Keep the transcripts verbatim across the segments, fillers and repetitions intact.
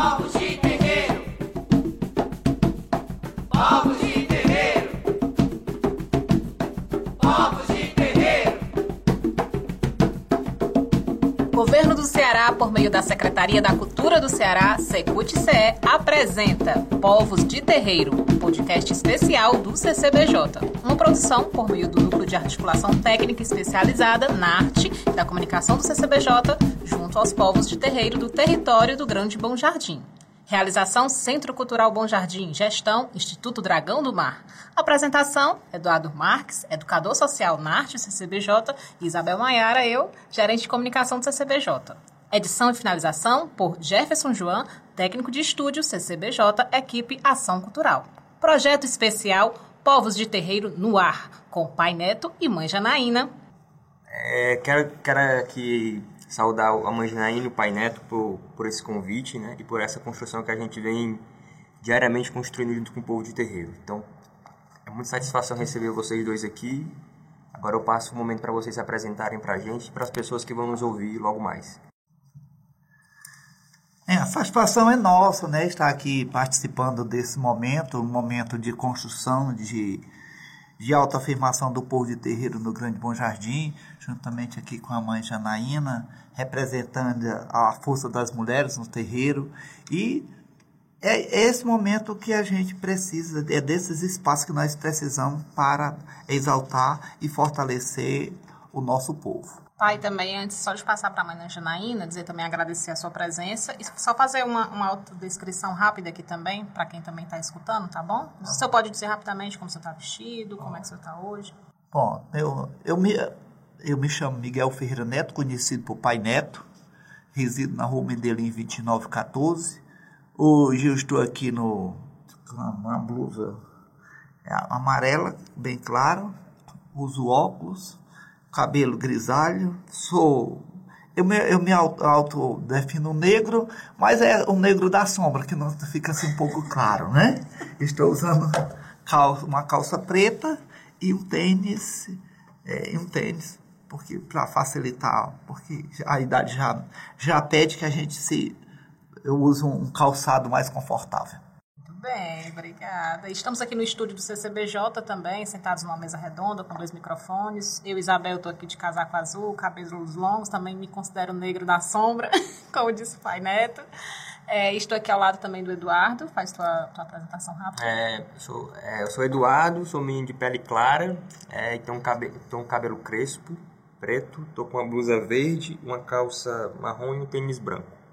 Povos de terreiro, povos de terreiro, povos de terreiro. Governo do Ceará, por meio da Secretaria da Cultura do Ceará, Secult-Ce, apresenta Povos de Terreiro, um podcast especial do C C B J. Uma produção por meio do Núcleo de Articulação Técnica Especializada na Arte e da Comunicação do C C B J, junto aos povos de terreiro do território do Grande Bom Jardim. Realização Centro Cultural Bom Jardim, gestão Instituto Dragão do Mar. Apresentação Eduardo Marques, educador social na Arte C C B J, e Isabel Maiara, eu, gerente de comunicação do C C B J. Edição e finalização por Jefferson João, técnico de estúdio C C B J, equipe Ação Cultural. Projeto especial Povos de Terreiro no Ar, com Pai Neto e Mãe Janaína. É, quero, quero aqui saudar a Mãe Janaína e o Pai Neto por, por esse convite, né, e por essa construção que a gente vem diariamente construindo junto com o povo de terreiro. Então, é muita satisfação receber vocês dois aqui. Agora eu passo o momento para vocês se apresentarem para a gente e para as pessoas que vão nos ouvir logo mais. É, a satisfação é nossa, né, estar aqui participando desse momento, um momento de construção, de, de autoafirmação do povo de terreiro no Grande Bom Jardim, juntamente aqui com a Mãe Janaína, representando a força das mulheres no terreiro. E é esse momento que a gente precisa, é desses espaços que nós precisamos para exaltar e fortalecer o nosso povo. Pai, também, antes só de passar para a Mãe Janaína, dizer também agradecer a sua presença e só fazer uma, uma autodescrição rápida aqui também, para quem também está escutando, tá bom? O senhor pode dizer rapidamente como você está vestido, como é que você está hoje? Bom, eu, eu, me, eu me chamo Miguel Ferreira Neto, conhecido por Pai Neto, resido na Rua Mendelim vinte e nove quatorze. Hoje eu estou aqui no, com uma blusa amarela, bem claro, uso óculos, cabelo grisalho, sou... Eu me, eu me autodefino negro, mas é o negro da sombra, que não fica assim um pouco claro, né? Estou usando calça, uma calça preta e um tênis, é, um tênis, porque para facilitar, porque a idade já, já pede que a gente se... Eu uso um calçado mais confortável. Bem, obrigada. Estamos aqui no estúdio do C C B J também, sentados numa mesa redonda com dois microfones. Eu e Isabel estou aqui de casaco azul, cabelos longos, também me considero negro da sombra, como disse o Pai Neto. É, estou aqui ao lado também do Eduardo, faz tua, tua apresentação rápida. É, sou, é, eu sou Eduardo, sou menino de pele clara, é, tenho, um cabelo, tenho um cabelo crespo, preto, estou com uma blusa verde, uma calça marrom e um tênis branco.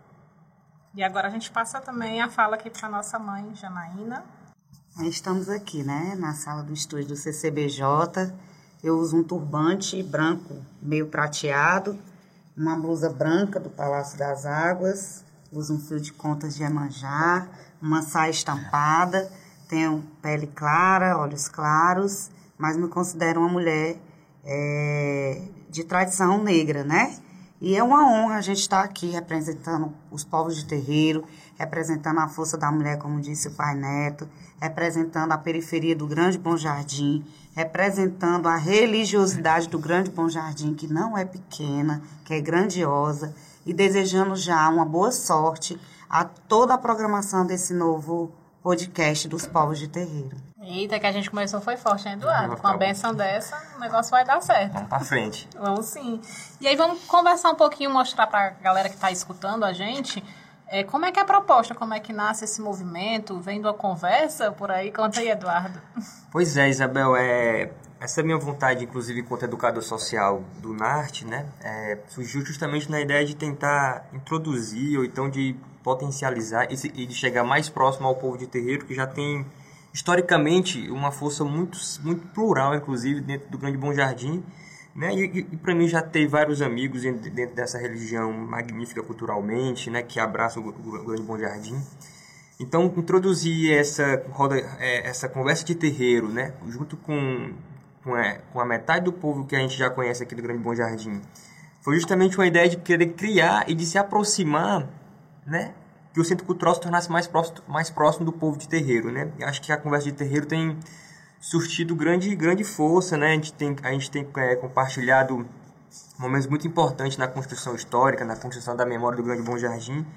E agora a gente passa também a fala aqui para nossa mãe, Janaína. Estamos aqui, né, na sala do estúdio do C C B J. Eu uso um turbante branco meio prateado, uma blusa branca do Palácio das Águas, uso um fio de contas de Iemanjá, uma saia estampada, tenho pele clara, olhos claros, mas me considero uma mulher é, de tradição negra, né? E é uma honra a gente estar aqui representando os povos de terreiro, representando a força da mulher, como disse o Pai Neto, representando a periferia do Grande Bom Jardim, representando a religiosidade do Grande Bom Jardim, que não é pequena, que é grandiosa, e desejando já uma boa sorte a toda a programação desse novo podcast dos povos de terreiro. Eita, que a gente começou foi forte, hein, Eduardo? Com a benção dessa, o negócio vai dar certo. Vamos pra frente. Vamos sim. E aí vamos conversar um pouquinho, mostrar pra galera que está escutando a gente, é, como é que é a proposta, como é que nasce esse movimento, vem de uma conversa por aí? Conta aí, Eduardo. Pois é, Isabel, é, essa minha vontade, inclusive, enquanto educador social do NARTE, né, é, surgiu justamente na ideia de tentar introduzir, ou então de potencializar e de chegar mais próximo ao povo de terreiro, que já tem historicamente uma força muito, muito plural, inclusive, dentro do Grande Bom Jardim, né? E, e, e para mim já ter vários amigos dentro dessa religião magnífica culturalmente, né? Que abraça o, o Grande Bom Jardim. Então, introduzir essa, roda, é, essa conversa de terreiro, né? Junto com, com, é, com a metade do povo que a gente já conhece aqui do Grande Bom Jardim, foi justamente uma ideia de querer criar e de se aproximar, né? Que o Centro Cultural se tornasse mais próximo, mais próximo do povo de terreiro, né? Eu acho que a conversa de terreiro tem surtido grande, grande força, né? A gente tem, a gente tem é, compartilhado momentos muito importantes na construção histórica, na construção da memória do Grande Bom Jardim.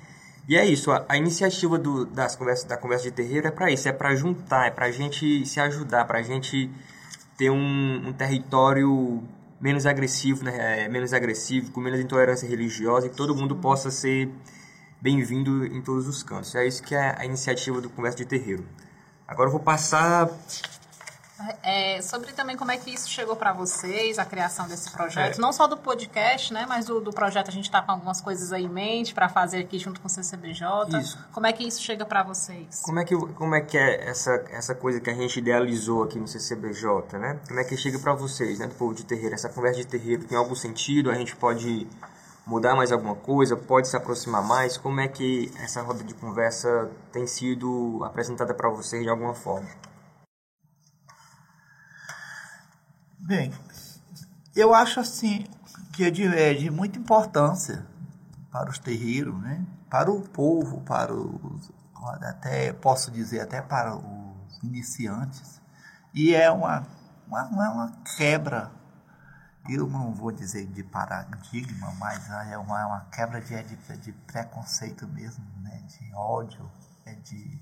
E é isso, a, a iniciativa do, das conversas, da conversa de terreiro é para isso, é para juntar, é para a gente se ajudar, para a gente ter um, um território menos agressivo, né, menos agressivo, com menos intolerância religiosa, e que todo mundo possa ser bem-vindo em todos os cantos. É isso que é a iniciativa do Conversa de Terreiro. Agora eu vou passar... É, sobre também como é que isso chegou para vocês, a criação desse projeto, É. não só do podcast, né, mas do, do projeto a gente está com algumas coisas aí em mente para fazer aqui junto com o C C B J. Isso. Como é que isso chega para vocês? Como é que, como é, que é essa, essa coisa que a gente idealizou aqui no C C B J, né? Como é que chega para vocês, né, do povo de terreiro? Essa conversa de terreiro tem algum sentido? A gente pode mudar mais alguma coisa? Pode se aproximar mais? Como é que essa roda de conversa tem sido apresentada para vocês de alguma forma? Bem, eu acho assim que é de, é de muita importância para os terreiros, né? Para o povo, para os, até posso dizer até para os iniciantes, e é uma, uma, uma quebra, eu não vou dizer de paradigma, mas é uma, é uma quebra de, de, de preconceito mesmo, né? De ódio, é de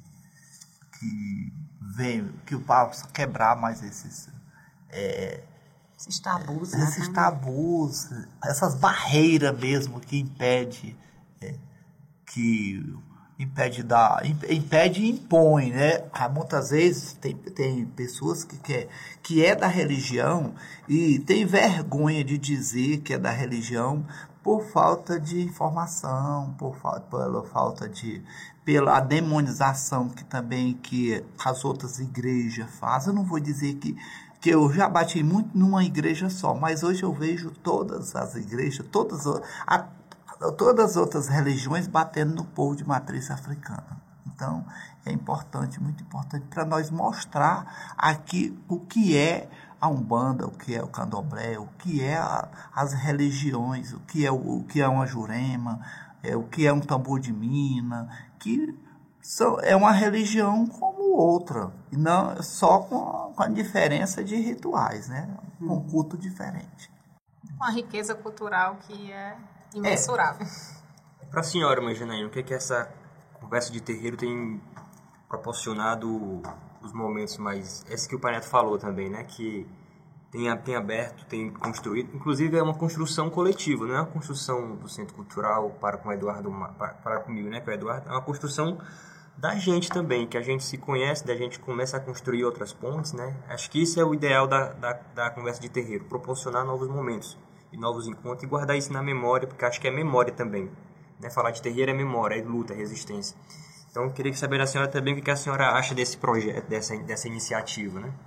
que vem, que o possa quebrar mais esses É, Esses tabus, né? esses tabus, essas barreiras mesmo que impede, é, que impede da, impede e impõe, né? Muitas vezes tem, tem pessoas que quer, que é da religião e tem vergonha de dizer que é da religião por falta de informação, por falta, pela falta de, pela demonização que também que as outras igrejas fazem. Eu não vou dizer que que eu já bati muito numa igreja só, mas hoje eu vejo todas as igrejas, todas, a, todas as outras religiões batendo no povo de matriz africana. Então, é importante, muito importante para nós mostrar aqui o que é a Umbanda, o que é o Candomblé, o que é a, as religiões, o que é, o, o que é uma Jurema, é, o que é um tambor de mina, que são, é uma religião como outra, e não só com, com a diferença de rituais, né? Com um culto diferente. Uma riqueza cultural que é imensurável. É. Para a senhora, Janaína, o que é que essa conversa de terreiro tem proporcionado os momentos mais... Esse que o Pai Neto falou também, né? Que tem, tem aberto, tem construído. Inclusive é uma construção coletiva, não é uma construção do Centro Cultural para com o Eduardo, para, para comigo, né? Com o Eduardo. É uma construção da gente também, que a gente se conhece, da gente começa a construir outras pontes, né? Acho que isso é o ideal da, da, da conversa de terreiro, proporcionar novos momentos e novos encontros e guardar isso na memória, porque acho que é memória também, né? Falar de terreiro é memória, é luta, é resistência. Então, eu queria saber da senhora também o que a senhora acha desse projeto, dessa, dessa iniciativa, né?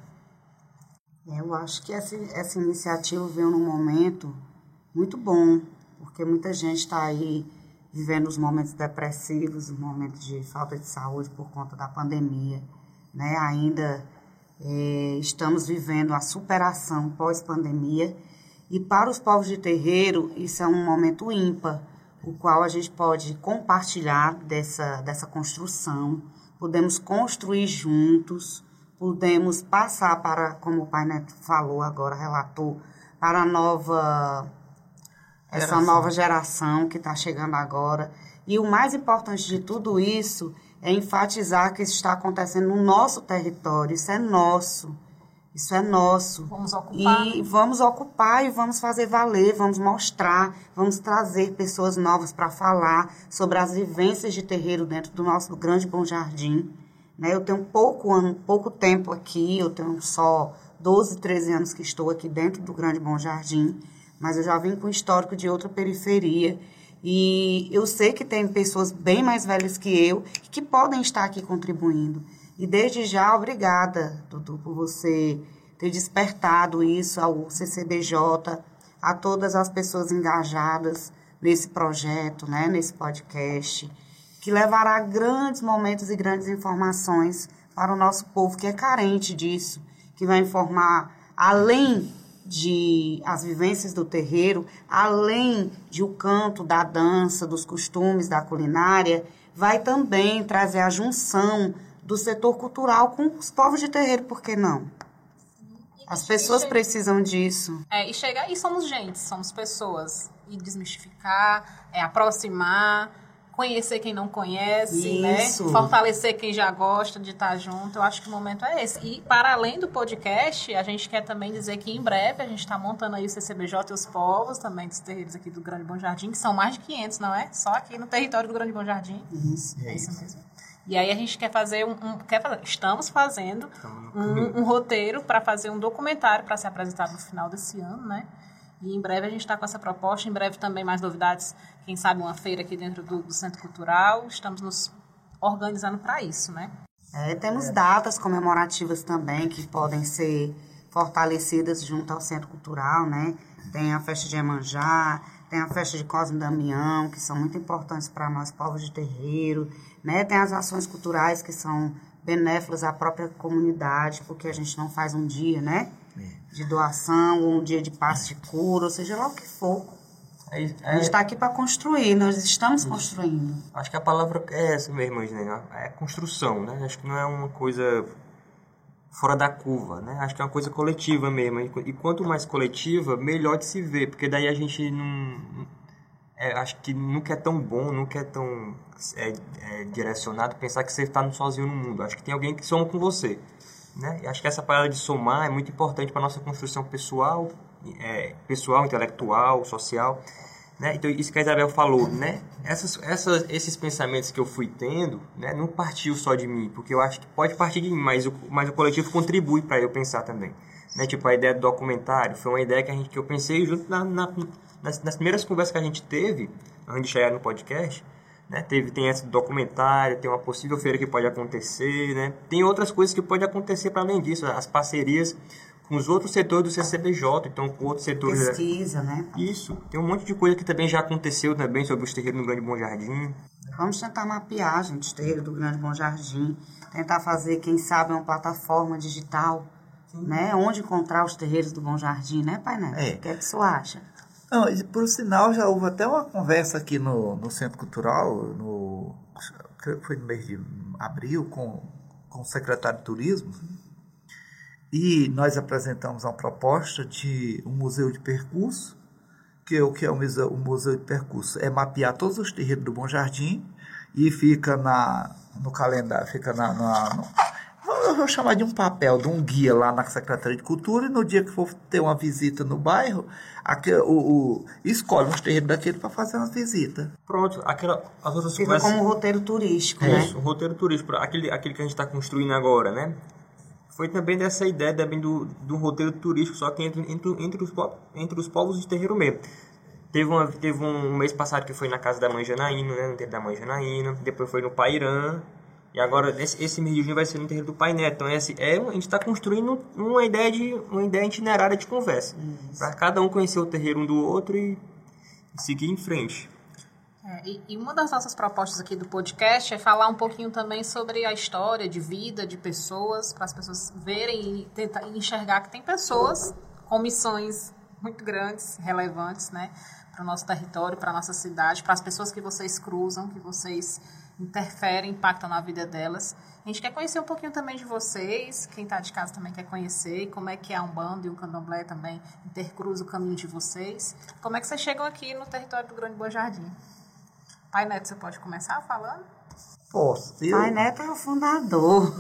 Eu acho que essa, essa iniciativa veio num momento muito bom, porque muita gente está aí vivendo os momentos depressivos, os momentos de falta de saúde por conta da pandemia, né? Ainda é, estamos vivendo a superação pós-pandemia, e para os povos de terreiro isso é um momento ímpar, o qual a gente pode compartilhar dessa, dessa construção, podemos construir juntos, podemos passar para, como o Pai Neto falou agora, relatou, para a nova... essa Geração. nova geração que está chegando agora. E o mais importante de tudo isso é enfatizar que isso está acontecendo no nosso território. Isso é nosso. Isso é nosso. Vamos ocupar. E vamos ocupar e vamos fazer valer, vamos mostrar, vamos trazer pessoas novas para falar sobre as vivências de terreiro dentro do nosso Grande Bom Jardim. Né? Eu tenho pouco, ano, pouco tempo aqui, eu tenho só doze, treze anos que estou aqui dentro do Grande Bom Jardim, mas eu já vim com histórico de outra periferia, e eu sei que tem pessoas bem mais velhas que eu que podem estar aqui contribuindo. E desde já, obrigada, Dudu, por você ter despertado isso ao C C B J, a todas as pessoas engajadas nesse projeto, né, nesse podcast, que levará grandes momentos e grandes informações para o nosso povo, que é carente disso, que vai informar além de as vivências do terreiro, além de o canto, da dança, dos costumes, da culinária, vai também trazer a junção do setor cultural com os povos de terreiro, por que não? As pessoas precisam disso. É, e chegar e somos gente, somos pessoas. E desmistificar, é, aproximar, conhecer quem não conhece, Isso. né? Fortalecer quem já gosta de estar junto. Eu acho que o momento é esse. E, para além do podcast, a gente quer também dizer que, em breve, a gente está montando aí o C C B J e os povos, também dos terreiros aqui do Grande Bom Jardim, que são mais de quinhentos, não é? Só aqui no território do Grande Bom Jardim. Isso. É isso mesmo. E aí a gente quer fazer um... um quer fazer, estamos fazendo um, um roteiro para fazer um documentário para ser apresentado no final desse ano, né? E em breve a gente está com essa proposta, em breve também mais novidades, quem sabe uma feira aqui dentro do, do Centro Cultural, estamos nos organizando para isso, né? É, temos datas comemorativas também que podem ser fortalecidas junto ao Centro Cultural, né? Tem a festa de Iemanjá, tem a festa de Cosme e Damião, que são muito importantes para nós, povos de terreiro, né? Tem as ações culturais que são benéficas à própria comunidade, porque a gente não faz um dia, né? De doação, ou um dia de passe de cura, ou seja lá o que for. É, é, A gente está aqui para construir, nós estamos construindo. Acho que a palavra é essa mesmo, né? É construção, né? Acho que não é uma coisa fora da curva, né? Acho que é uma coisa coletiva mesmo. E quanto mais coletiva, melhor de se ver, porque daí a gente não... É, acho que nunca é tão bom, nunca é tão é, é, direcionado pensar que você está sozinho no mundo. Acho que tem alguém que soma com você. Né? E acho que essa parada de somar é muito importante para a nossa construção pessoal, é, pessoal, intelectual, social. Né? Então, isso que a Isabel falou, né? essas, essas, esses pensamentos que eu fui tendo, né? Não partiu só de mim, porque eu acho que pode partir de mim, mas o, mas o coletivo contribui para eu pensar também. Né? Tipo, a ideia do documentário foi uma ideia que, a gente, que eu pensei junto na, na, nas, nas primeiras conversas que a gente teve, antes de chegar no podcast. Né? Teve, tem esse documentário, tem uma possível feira que pode acontecer, né? Tem outras coisas que podem acontecer para além disso, as parcerias com os outros setores do C C B J, então com outros setores... Pesquisa, né? Isso, tem um monte de coisa que também já aconteceu também sobre os terreiros no Grande Bom Jardim. Vamos tentar mapear, gente, os terreiros do Grande Bom Jardim, tentar fazer, quem sabe, uma plataforma digital, né? Onde encontrar os terreiros do Bom Jardim, né, Pai Neto? É. O que é que você acha? Não, e por sinal, já houve até uma conversa aqui no, no Centro Cultural, no, creio que foi no mês de abril, com, com o secretário de Turismo, e nós apresentamos uma proposta de um museu de percurso, que é o que é o museu, o museu de percurso, é mapear todos os terreiros do Bom Jardim, e fica na, no calendário, fica na... na no, eu vou chamar de um papel, de um guia lá na Secretaria de Cultura, e no dia que for ter uma visita no bairro, aqui, o, o, escolhe uns terreiros daquele para fazer uma visita. Pronto, aquela, as outras Fica conversas... como um roteiro turístico, É né? isso, o roteiro turístico, aquele, aquele que a gente está construindo agora, né? Foi também dessa ideia também do, do roteiro turístico, só que entre, entre, entre, os, entre os povos de terreiro mesmo. Teve, uma, teve um mês passado que foi na casa da Mãe Janaína, né? No terreiro da Mãe Janaína, depois foi no Pairã. E agora, esse, esse mês de junho vai ser no terreiro do Pai Neto. Então, esse, é, a gente está construindo uma ideia, de, uma ideia itinerária de conversa. Para cada um conhecer o terreiro um do outro e, e seguir em frente. É, e, e uma das nossas propostas aqui do podcast é falar um pouquinho também sobre a história de vida de pessoas, para as pessoas verem e tentar enxergar que tem pessoas com missões muito grandes, relevantes, né? Para o nosso território, para a nossa cidade, para as pessoas que vocês cruzam, que vocês... interferem, impactam na vida delas. A gente quer conhecer um pouquinho também de vocês, quem está de casa também quer conhecer, como é que é a Umbanda e o Candomblé também intercruza o caminho de vocês. Como é que vocês chegam aqui no território do Grande Bom Jardim? Pai Neto, você pode começar falando? Posso. Eu, Pai Neto é o fundador.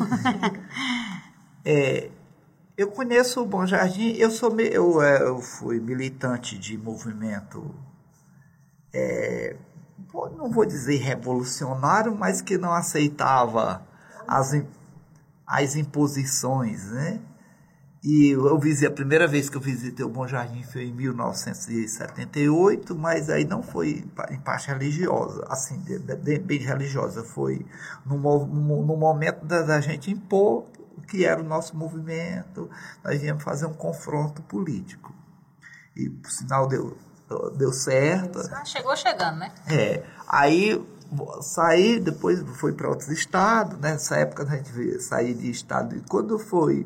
é, eu conheço o Bom Jardim, eu, sou, eu, eu fui militante de movimento... É, não vou dizer revolucionário, mas que não aceitava as, as imposições, né? E eu visitei, a primeira vez que eu visitei o Bom Jardim foi em mil novecentos e setenta e oito, mas aí não foi em parte religiosa, assim, de, de, bem religiosa, foi no, no, no momento da, da gente impor o que era o nosso movimento, nós viemos fazer um confronto político. E, por sinal, deu... deu certo. Ah, chegou chegando, né? É. Aí saí, depois fui para outros estados, né? Nessa época a gente saí de estado. E quando foi.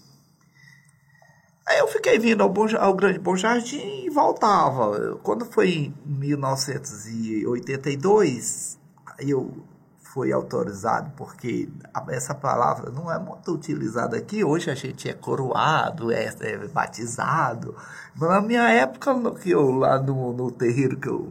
Aí eu fiquei vindo ao, Bom, ao Grande Bom Jardim e voltava. Quando foi em mil novecentos e oitenta e dois, eu fui autorizado, porque essa palavra não é muito utilizada aqui. Hoje a gente é coroado, é, é batizado. Mas na minha época, que eu, lá no, no terreiro que eu,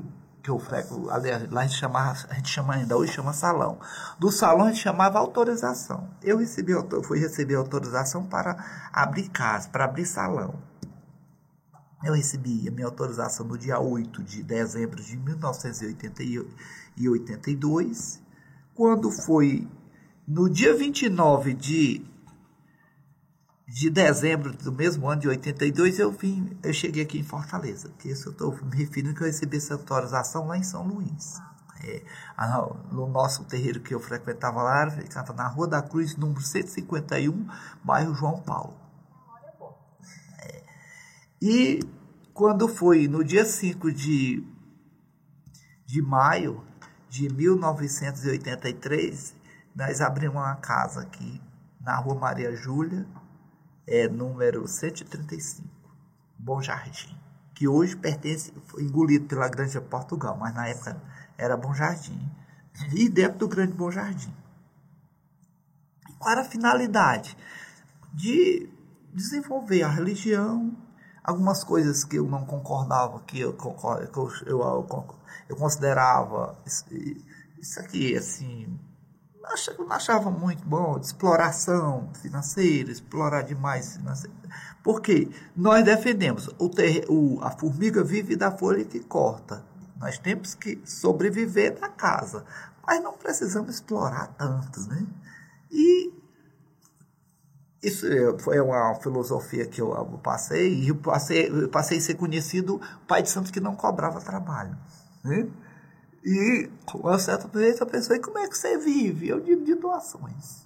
que eu freco, aliás, lá a gente, chamava, a gente chama ainda, hoje chama salão. Do salão a gente chamava autorização. Eu recebi, fui receber autorização para abrir casa, para abrir salão. Eu recebi a minha autorização no dia oito de dezembro de mil novecentos e oitenta e dois, quando foi no dia vinte e nove de, de dezembro do mesmo ano de oitenta e dois, eu vim, eu cheguei aqui em Fortaleza, que isso eu estou me referindo que eu recebi essa autorização lá em São Luís. É, no nosso terreiro que eu frequentava lá, ficava na Rua da Cruz, número cento e cinquenta e um, bairro João Paulo. É, e quando foi no dia cinco de, de maio de mil novecentos e oitenta e três, nós abrimos uma casa aqui na Rua Maria Júlia, é, número cento e trinta e cinco, Bom Jardim, que hoje pertence, foi engolido pela Granja Portugal, mas na época era Bom Jardim, e dentro do Grande Bom Jardim. E qual era a finalidade? De desenvolver a religião, algumas coisas que eu não concordava, que eu, que eu, eu, eu considerava isso, isso aqui, assim, eu não achava muito bom, de exploração financeira, explorar demais financeira. Porque nós defendemos, o ter, o, a formiga vive da folha que corta. Nós temos que sobreviver da casa, mas não precisamos explorar tanto, né? E isso foi uma filosofia que eu passei, e eu passei, eu passei a ser conhecido pai de santo que não cobrava trabalho, né? E, com uma certa vez, a pessoa, e como é que você vive? Eu digo de doações.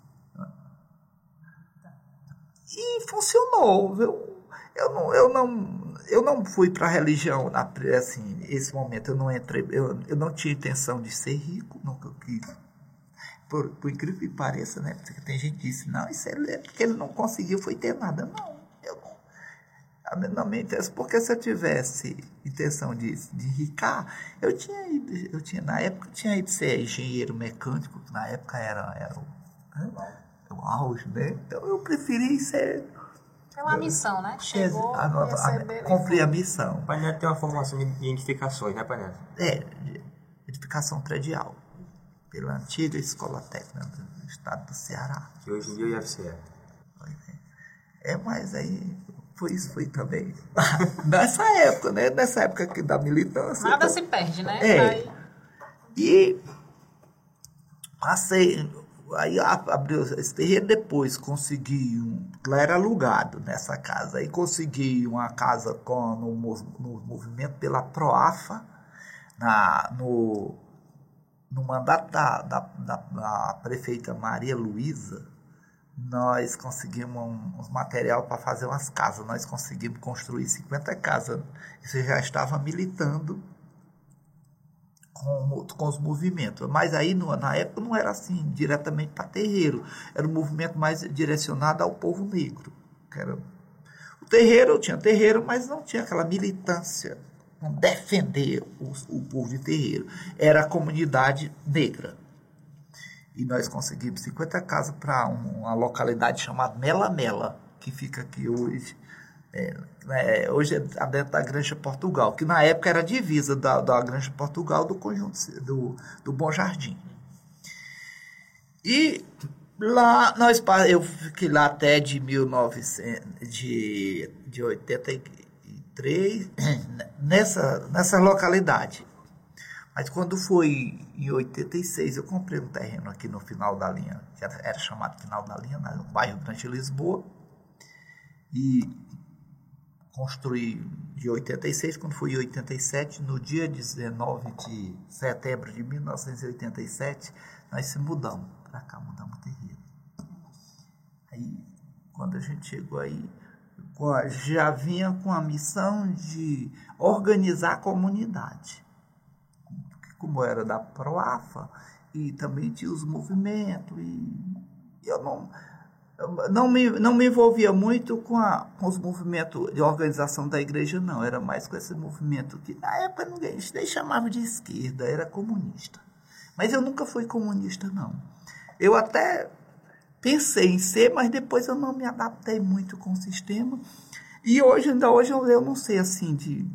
E funcionou, viu? Eu não, eu não, eu não fui para a religião, assim, nesse momento eu não entrei, eu, eu não tinha intenção de ser rico, nunca quis. Por, por incrível que pareça, né? Porque tem gente que diz, não, isso é porque ele não conseguiu, foi ter nada. Não, eu não. A minha intenção, porque se eu tivesse intenção de, de enricar, eu tinha ido, eu tinha, na época, eu tinha ido ser engenheiro mecânico, que na época era, era o, né? o auge, né? Então eu preferi ser. É uma missão, né? Chegou, a, a, a, cumprir a missão. O Pai Neto tem uma formação de edificações, né, Pai Neto? É, de edificação predial, pela antiga escola técnica do estado do Ceará. Que hoje em dia é o I F C E. É, mas aí foi isso, foi também. Nessa época, né? Nessa época aqui da militância. Nada então, se perde, né? É. Vai... E passei, aí abriu esse terreno, depois consegui, um, lá era alugado nessa casa, aí consegui uma casa com, no, no movimento pela Proafa, na, no, no mandato da, da, da, da prefeita Maria Luísa. Nós conseguimos um, um material para fazer umas casas, nós conseguimos construir cinquenta casas, isso já estava militando com, com os movimentos, mas aí no, na época não era assim, diretamente para terreiro, era um movimento mais direcionado ao povo negro. Que era, o terreiro, tinha terreiro, mas não tinha aquela militância, não defender o, o povo de terreiro, era a comunidade negra. E nós conseguimos cinquenta casas para uma localidade chamada Mela Mela, que fica aqui hoje, é, é, hoje é dentro da Granja Portugal, que na época era a divisa da, da Granja Portugal do conjunto do, do Bom Jardim. E lá, nós, eu fiquei lá até de, mil e novecentos, de, de oitenta e três, nessa, nessa localidade. Mas quando foi em oitenta e seis, eu comprei um terreno aqui no final da linha, que era, era chamado final da linha, no bairro Grande Lisboa, e construí de oitenta e seis, quando foi em oitenta e sete, no dia dezenove de setembro de mil novecentos e oitenta e sete, nós se mudamos para cá, mudamos o terreno. Aí, quando a gente chegou aí, já vinha com a missão de organizar a comunidade. Como era da Proafa, e também tinha os movimentos, e eu não, eu não, me, não me envolvia muito com, a, com os movimentos de organização da igreja, não, era mais com esse movimento que na época ninguém nem chamava de esquerda, era comunista. Mas eu nunca fui comunista, não. Eu até pensei em ser, mas depois eu não me adaptei muito com o sistema, e hoje, ainda hoje, eu, eu não sei assim de...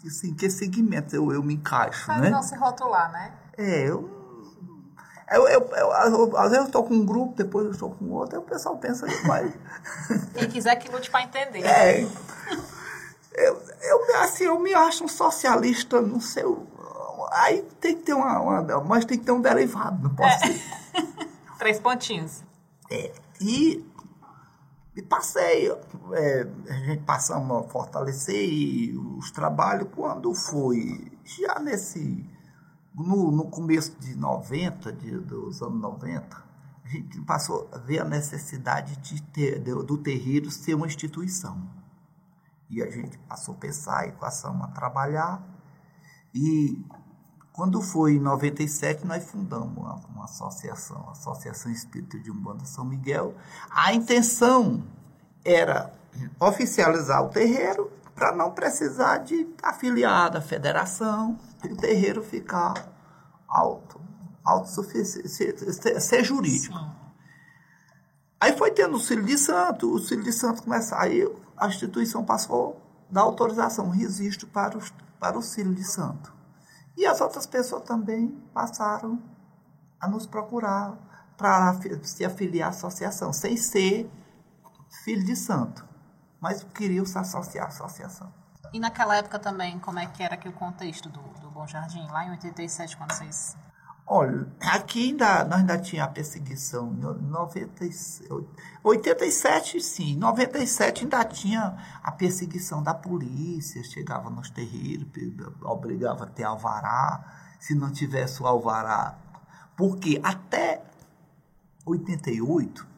assim, que segmento eu, eu me encaixo, Mas né? não se rotular, né? É, eu... Eu, eu, eu, eu, às vezes eu estou com um grupo, depois eu estou com outro, aí o pessoal pensa que vai... Quem quiser que lute para entender. É, eu, eu, assim, eu me acho um socialista, não sei... Aí tem que ter uma, uma... Mas tem que ter um derivado, não posso É. ser. Três pontinhos. É, e, e passei, é, a gente passamos a fortalecer os trabalhos quando foi, já nesse, no, no começo de noventa, de, dos anos noventa, a gente passou a ver a necessidade de ter, de, do terreiro ser uma instituição. E a gente passou a pensar e passamos a trabalhar. E quando foi em noventa e sete, nós fundamos uma, uma associação, a Associação Espírita de Umbanda São Miguel. A intenção era oficializar o terreiro para não precisar de afiliar da federação e o terreiro ficar auto, autossuficiente, ser, ser jurídico. Sim. Aí foi tendo o Cílio de Santo, o Cílio de Santo começou, aí a instituição passou a dar autorização, registro para, os, para o Cílio de Santo. E as outras pessoas também passaram a nos procurar para se afiliar à associação, sem ser filho de santo, mas queriam se associar à associação. E naquela época também, como é que era aqui o contexto do, do Bom Jardim, lá em oitenta e sete, quando vocês... Olha, aqui ainda, nós ainda tinha a perseguição, em noventa e sete, oitenta e sete sim, em noventa e sete ainda tinha a perseguição da polícia, chegava nos terreiros, obrigava a ter alvará, se não tivesse o alvará, porque até oitenta e oito,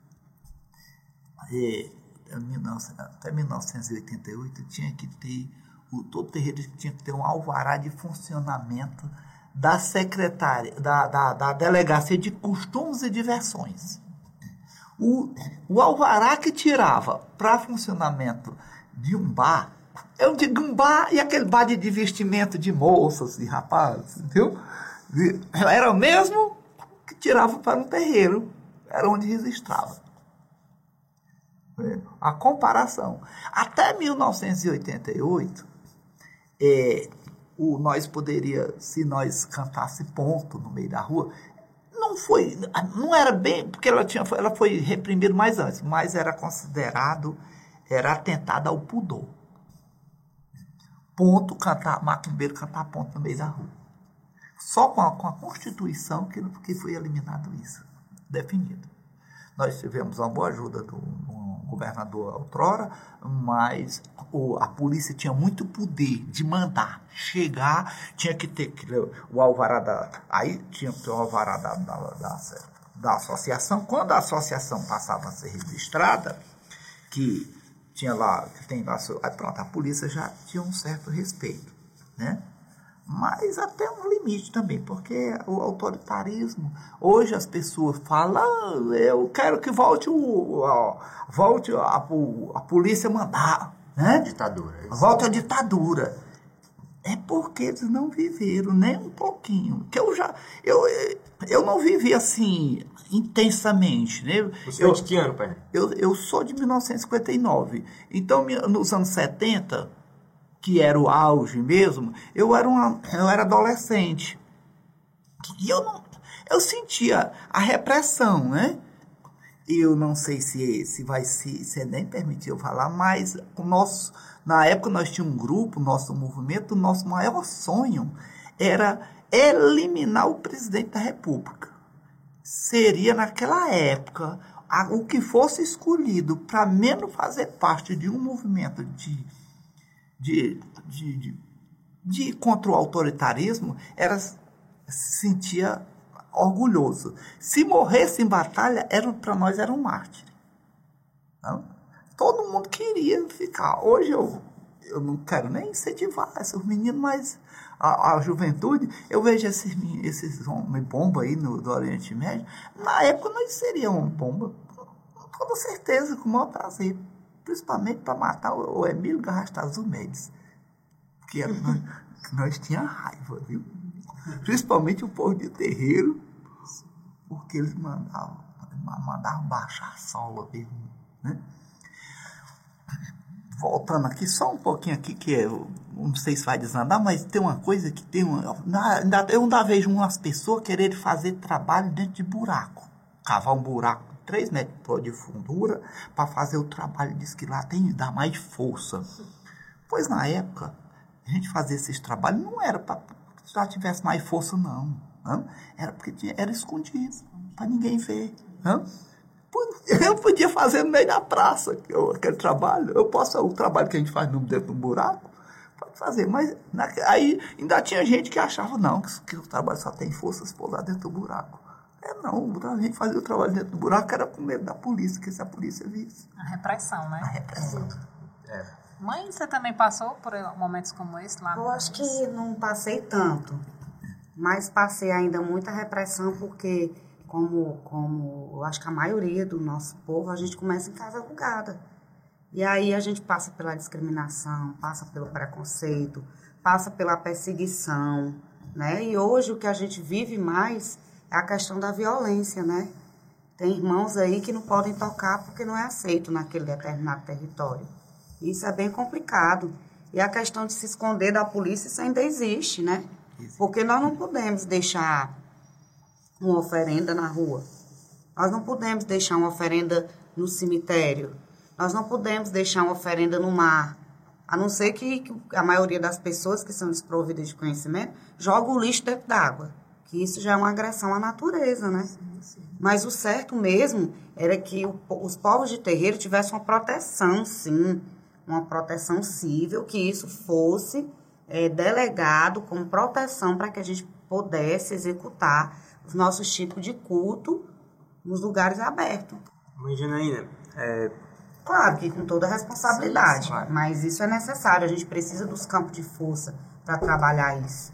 é, até mil novecentos e oitenta e oito tinha que ter, o, todo terreiro tinha que ter um alvará de funcionamento da secretária, da, da, da Delegacia de Costumes e Diversões. O, o alvará que tirava para funcionamento de um bar, eu digo um bar e aquele bar de divertimento de moças e rapazes, entendeu? Era o mesmo que tirava para um terreiro, era onde registrava. A comparação. Até mil novecentos e oitenta e oito, é, o, nós poderia, se nós cantasse ponto no meio da rua, não foi, não era bem, porque ela, tinha, ela foi reprimida mais antes, mas era considerado, era atentado ao pudor. Ponto, cantar, macumbeiro cantar ponto no meio da rua. Só com a, com a Constituição que, que foi eliminado isso, definido. Nós tivemos uma boa ajuda do, do governador outrora, mas o, a polícia tinha muito poder de mandar chegar, tinha que ter que, o alvará da... Aí tinha que ter o alvará da, da, da, da associação. Quando a associação passava a ser registrada, que tinha lá, que tem lá, aí pronto, a polícia já tinha um certo respeito, né? Mas até um limite também, porque o autoritarismo, hoje as pessoas falam, ah, eu quero que volte, o, a, volte a, a polícia mandar, né? Ditadura. Volte a ditadura. É porque eles não viveram nem um pouquinho. Que eu já, eu, eu não vivi assim, intensamente, né? Você eu, é de que ano, pai? Eu, eu sou de mil novecentos e cinquenta e nove. Então, nos anos setenta... que era o auge mesmo, eu era, uma, eu era adolescente. E eu, não, eu sentia a repressão, né? Eu não sei se, se vai se, se nem permitir eu falar, mas o nosso, na época nós tínhamos um grupo, nosso movimento, o nosso maior sonho era eliminar o presidente da República. Seria, naquela época, a, o que fosse escolhido para menos fazer parte de um movimento de De, de, de, de contra o autoritarismo, era, se sentia orgulhoso. Se morresse em batalha, era, para nós era um mártir. Não? Todo mundo queria ficar. Hoje eu, eu não quero nem incentivar esses meninos, mas a, a juventude, eu vejo esses, esses homens bomba aí no, do Oriente Médio. Na época nós seríamos bomba, com toda certeza, com o maior prazer. Principalmente para matar o, o Emílio Garrastazu Mendes, que era, nós, nós tínhamos raiva, viu? Principalmente o povo de terreiro, porque eles mandavam, mandavam baixar a sola mesmo, né? voltando aqui, só um pouquinho aqui, que eu não sei se vai desandar, mas tem uma coisa que tem... Uma, na, eu ainda vejo umas pessoas quererem fazer trabalho dentro de buraco. Cavar um buraco de três metros de fundura para fazer o trabalho. Diz que lá tem dá mais força. Pois na época, a gente fazia esses trabalhos, não era para que já tivesse mais força, não. Não? Era porque tinha, era escondido, para ninguém ver. Não? Eu podia fazer no meio da praça eu, aquele trabalho. Eu posso, o trabalho que a gente faz no, dentro do buraco, pode fazer. Mas na, aí ainda tinha gente que achava, não, que, que o trabalho só tem força se for lá dentro do buraco. É, não, a gente fazia o trabalho dentro do buraco era com medo da polícia, que se a polícia visse. A repressão, né? A repressão. É. Mãe, você também passou por momentos como esse lá? Eu acho que não passei tanto, mas passei ainda muita repressão porque... Como, como eu acho que a maioria do nosso povo, a gente começa em casa alugada. E aí a gente passa pela discriminação, passa pelo preconceito, passa pela perseguição, né? E hoje o que a gente vive mais é a questão da violência, né? Tem irmãos aí que não podem tocar porque não é aceito naquele determinado território. Isso é bem complicado. E a questão de se esconder da polícia, isso ainda existe, né? Porque nós não podemos deixar... uma oferenda na rua. Nós não podemos deixar uma oferenda no cemitério. Nós não podemos deixar uma oferenda no mar. A não ser que, que a maioria das pessoas que são desprovidas de conhecimento joga o lixo dentro d'água. Que isso já é uma agressão à natureza, né? Sim, sim. Mas o certo mesmo era que o, os povos de terreiro tivessem uma proteção, sim. Uma proteção civil, que isso fosse é, delegado como proteção para que a gente pudesse executar os nossos tipos de culto nos lugares abertos. Mãe Janaína, é... Claro que com toda a responsabilidade, sim, claro. Mas isso é necessário, a gente precisa dos campos de força para trabalhar isso.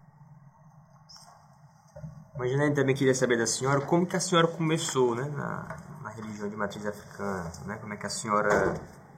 Mãe Janaína, também queria saber da senhora, como que a senhora começou, né, na, na religião de matriz africana, né, como é que a senhora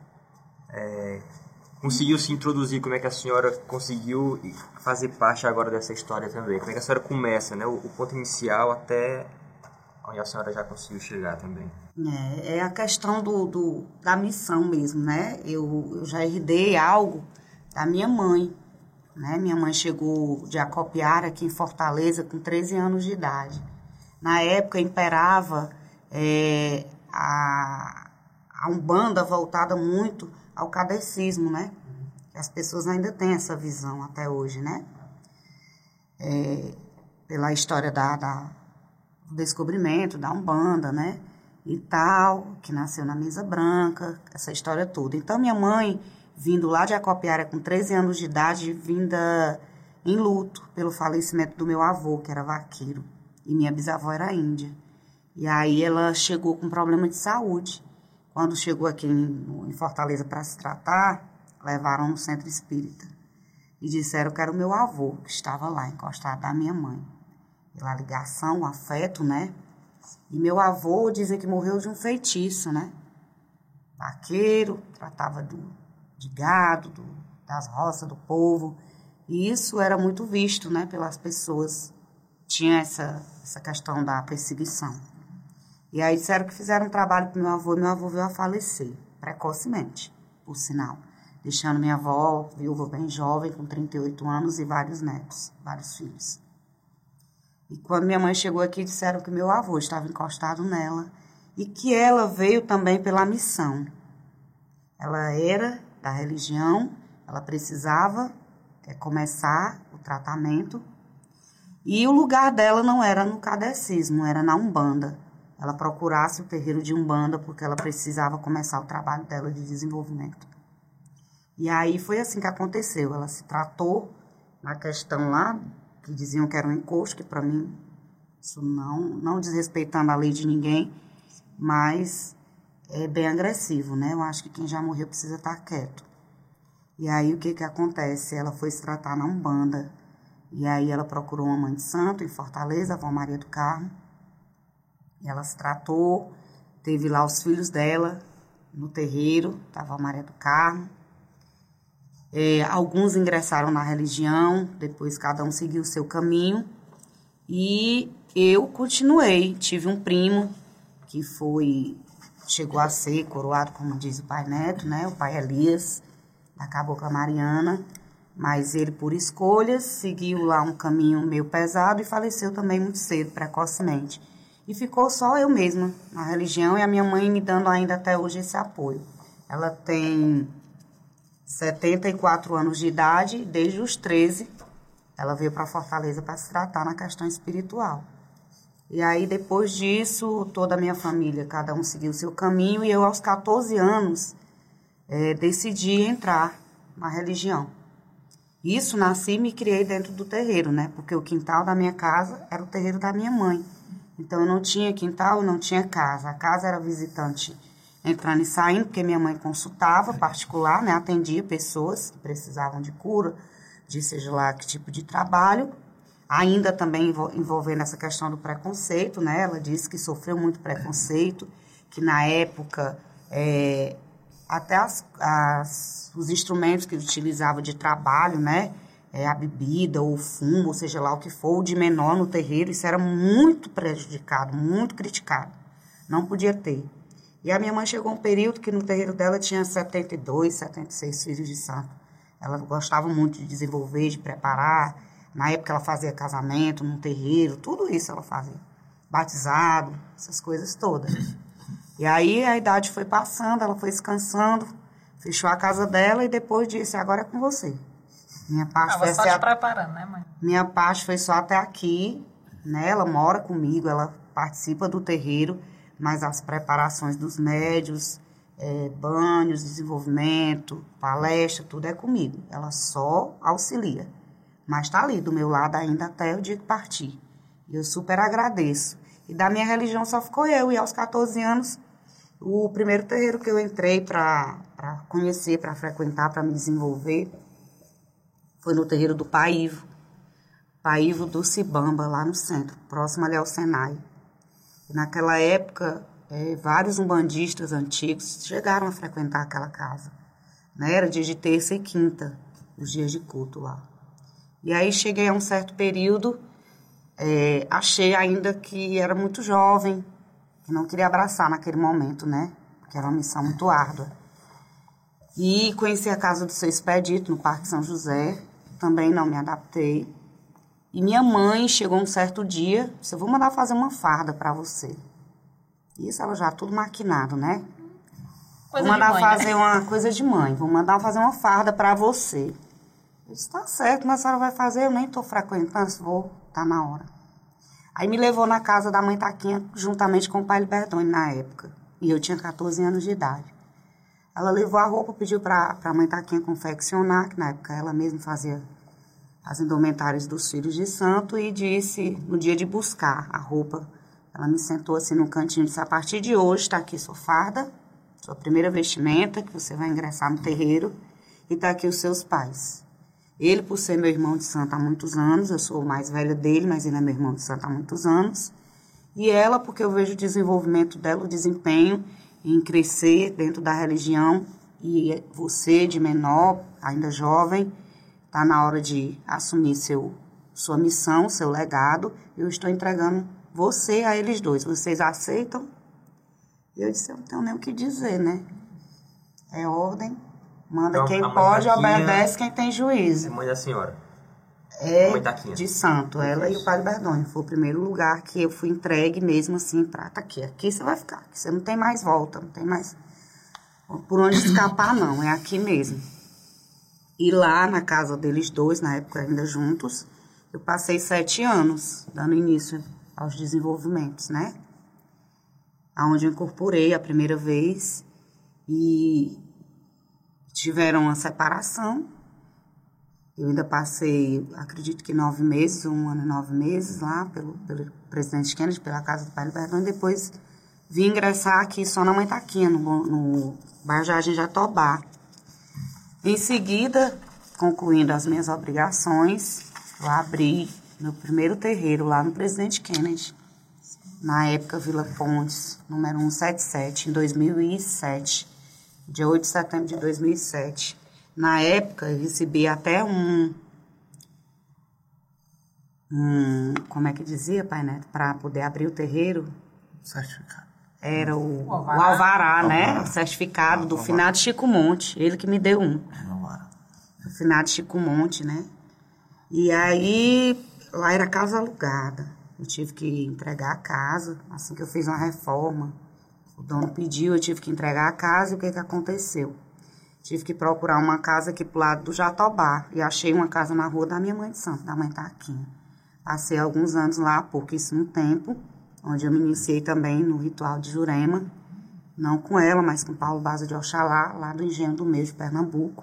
é, conseguiu se introduzir, como é que a senhora conseguiu fazer parte agora dessa história também? Como é que a senhora começa, né? O, o ponto inicial até onde a senhora já conseguiu chegar também. É, é a questão do, do, da missão mesmo, né? Eu, eu já herdei algo da minha mãe, né? Minha mãe chegou de Acopiara aqui em Fortaleza com treze anos de idade. Na época imperava é, a, a Umbanda voltada muito ao kardecismo, né? As pessoas ainda têm essa visão até hoje, né? É, pela história da, da, do descobrimento da Umbanda, né? E tal, que nasceu na mesa branca, essa história toda. Então, minha mãe, vindo lá de Acopiara com treze anos de idade, vinda em luto pelo falecimento do meu avô, que era vaqueiro, e minha bisavó era índia. E aí ela chegou com problema de saúde. Quando chegou aqui em, em Fortaleza para se tratar, levaram no centro espírita e disseram que era o meu avô, que estava lá, encostado da minha mãe. Pela ligação, o afeto, né? E meu avô, dizem que morreu de um feitiço, né? Vaqueiro, tratava do, de gado, do, das roças do povo. E isso era muito visto, né, pelas pessoas. Tinha essa, essa questão da perseguição. E aí disseram que fizeram um trabalho para meu avô e meu avô veio a falecer, precocemente, por sinal. Deixando minha avó, viúva bem jovem, com trinta e oito anos e vários netos, vários filhos. E quando minha mãe chegou aqui, disseram que meu avô estava encostado nela e que ela veio também pela missão. Ela era da religião, ela precisava é, começar o tratamento e o lugar dela não era no kardecismo, era na Umbanda. Ela procurasse o terreiro de Umbanda porque ela precisava começar o trabalho dela de desenvolvimento. E aí foi assim que aconteceu. Ela se tratou na questão lá, que diziam que era um encosto, que para mim, isso não, não desrespeitando a lei de ninguém, mas é bem agressivo, né? Eu acho que quem já morreu precisa estar quieto. E aí o que que acontece? Ela foi se tratar na Umbanda. E aí ela procurou uma mãe de santo em Fortaleza, a Avó Maria do Carmo. E ela se tratou, teve lá os filhos dela no terreiro da Avó Maria do Carmo. É, alguns ingressaram na religião, depois cada um seguiu o seu caminho. E eu continuei. Tive um primo que foi chegou a ser coroado, como diz o pai Neto, né? O pai Elias, da Cabocla Mariana, mas ele, por escolhas, seguiu lá um caminho meio pesado e faleceu também muito cedo, precocemente. E ficou só eu mesma na religião e a minha mãe me dando ainda até hoje esse apoio. Ela tem setenta e quatro anos de idade, desde os treze, ela veio para Fortaleza para se tratar na questão espiritual. E aí, depois disso, toda a minha família, cada um seguiu o seu caminho, e eu, aos quatorze anos, é, decidi entrar na religião. Isso, nasci e me criei dentro do terreiro, né? Porque o quintal da minha casa era o terreiro da minha mãe. Então, eu não tinha quintal, não tinha casa. A casa era visitante entrando e saindo, porque minha mãe consultava particular, né? Atendia pessoas que precisavam de cura, de seja lá que tipo de trabalho. Ainda também envolvendo essa questão do preconceito, né? Ela disse que sofreu muito preconceito, que na época é, até as, as, os instrumentos que utilizava de trabalho, né? É, a bebida ou o fumo, ou seja lá o que for, o de menor no terreiro, isso era muito prejudicado, muito criticado. Não podia ter. E a minha mãe chegou um período que no terreiro dela tinha setenta e dois, setenta e seis filhos de santo. Ela gostava muito de desenvolver, de preparar. Na época ela fazia casamento no terreiro, tudo isso ela fazia. Batizado, essas coisas todas. E aí a idade foi passando, ela foi descansando, fechou a casa dela e depois disse, agora é com você. Minha parte Tava foi só até te a... preparando, né, mãe? Minha parte foi só até aqui, né? Ela mora comigo, ela participa do terreiro, mas as preparações dos médios, é, banhos, desenvolvimento, palestra, tudo é comigo. Ela só auxilia. Mas está ali do meu lado ainda até o dia que partir. E eu super agradeço. E da minha religião só ficou eu. E aos quatorze anos, o primeiro terreiro que eu entrei para conhecer, para frequentar, para me desenvolver, foi no terreiro do Pai Ivo. Pai Ivo do Cibamba, lá no centro, próximo ali ao Senai. E naquela época, é, vários umbandistas antigos chegaram a frequentar aquela casa. Né? Era dia de terça e quinta, os dias de culto lá. E aí cheguei a um certo período, é, achei ainda que era muito jovem, que não queria abraçar naquele momento, né? Porque era uma missão muito árdua. E conheci a casa do seu Expedito, no Parque São José, também não me adaptei. E minha mãe chegou um certo dia, disse, eu vou mandar fazer uma farda para você. Isso ela já tudo maquinado, né? Coisa vou mandar de mãe, fazer né? uma coisa de mãe, vou mandar fazer uma farda para você. Eu disse, tá certo, mas a senhora vai fazer, eu nem tô frequentando, vou, tá na hora. Aí me levou na casa da mãe Taquinha, juntamente com o pai Liberdone, na época. E eu tinha quatorze anos de idade. Ela levou a roupa, pediu pra, pra mãe Taquinha confeccionar, que na época ela mesma fazia as indumentárias dos filhos de santo, e disse, no dia de buscar a roupa, ela me sentou assim num cantinho e disse, a partir de hoje tá aqui sua farda, sua primeira vestimenta, que você vai ingressar no terreiro, e tá aqui os seus pais. Ele, por ser meu irmão de santo há muitos anos, eu sou mais velha dele, mas ele é meu irmão de santo há muitos anos. E ela, porque eu vejo o desenvolvimento dela, o desempenho em crescer dentro da religião. E você, de menor, ainda jovem, está na hora de assumir seu, sua missão, seu legado. Eu estou entregando você a eles dois. Vocês aceitam? Eu disse, eu não tenho nem o que dizer, né? É ordem. Manda Então, quem a mãe pode, Taquinha obedece quem tem juízo. É mãe da senhora. É Mãe Taquinha. de santo, ela e o Padre Berdone. Foi o primeiro lugar que eu fui entregue mesmo assim, pra tá aqui. Aqui você vai ficar, aqui você não tem mais volta, não tem mais por onde escapar não, é aqui mesmo. E lá na casa deles dois, na época ainda juntos, eu passei sete anos dando início aos desenvolvimentos, né? Onde eu incorporei a primeira vez e tiveram uma separação. Eu ainda passei, acredito que nove meses, um ano e nove meses lá pelo, pelo presidente Kennedy, pela casa do Pai Liberdone, e depois vim ingressar aqui só na Mãe Taquinha, no, no bairro Jardim Jatobá. Em seguida, concluindo as minhas obrigações, eu abri meu primeiro terreiro lá no presidente Kennedy, na época Vila Pontes, número cento e setenta e sete, em dois mil e sete, dia oito de setembro de dois mil e sete. Na época, eu recebi até um, um como é que dizia, Pai Neto, para poder abrir o terreiro? Certificado. era o, o alvará. alvará, né? O certificado do finado Chico Monte. Ele que me deu um. O finado Chico Monte, né? E aí, lá era casa alugada. Eu tive que entregar a casa, assim que eu fiz uma reforma. O dono pediu, eu tive que entregar a casa e o que que aconteceu? Tive que procurar uma casa aqui pro lado do Jatobá. E achei uma casa na rua da minha mãe de santo, da mãe Taquinha. Passei alguns anos lá, pouquíssimo tempo, onde eu me iniciei também no ritual de Jurema. Não com ela, mas com Paulo Baza de Oxalá, lá do Engenho do Meio de Pernambuco.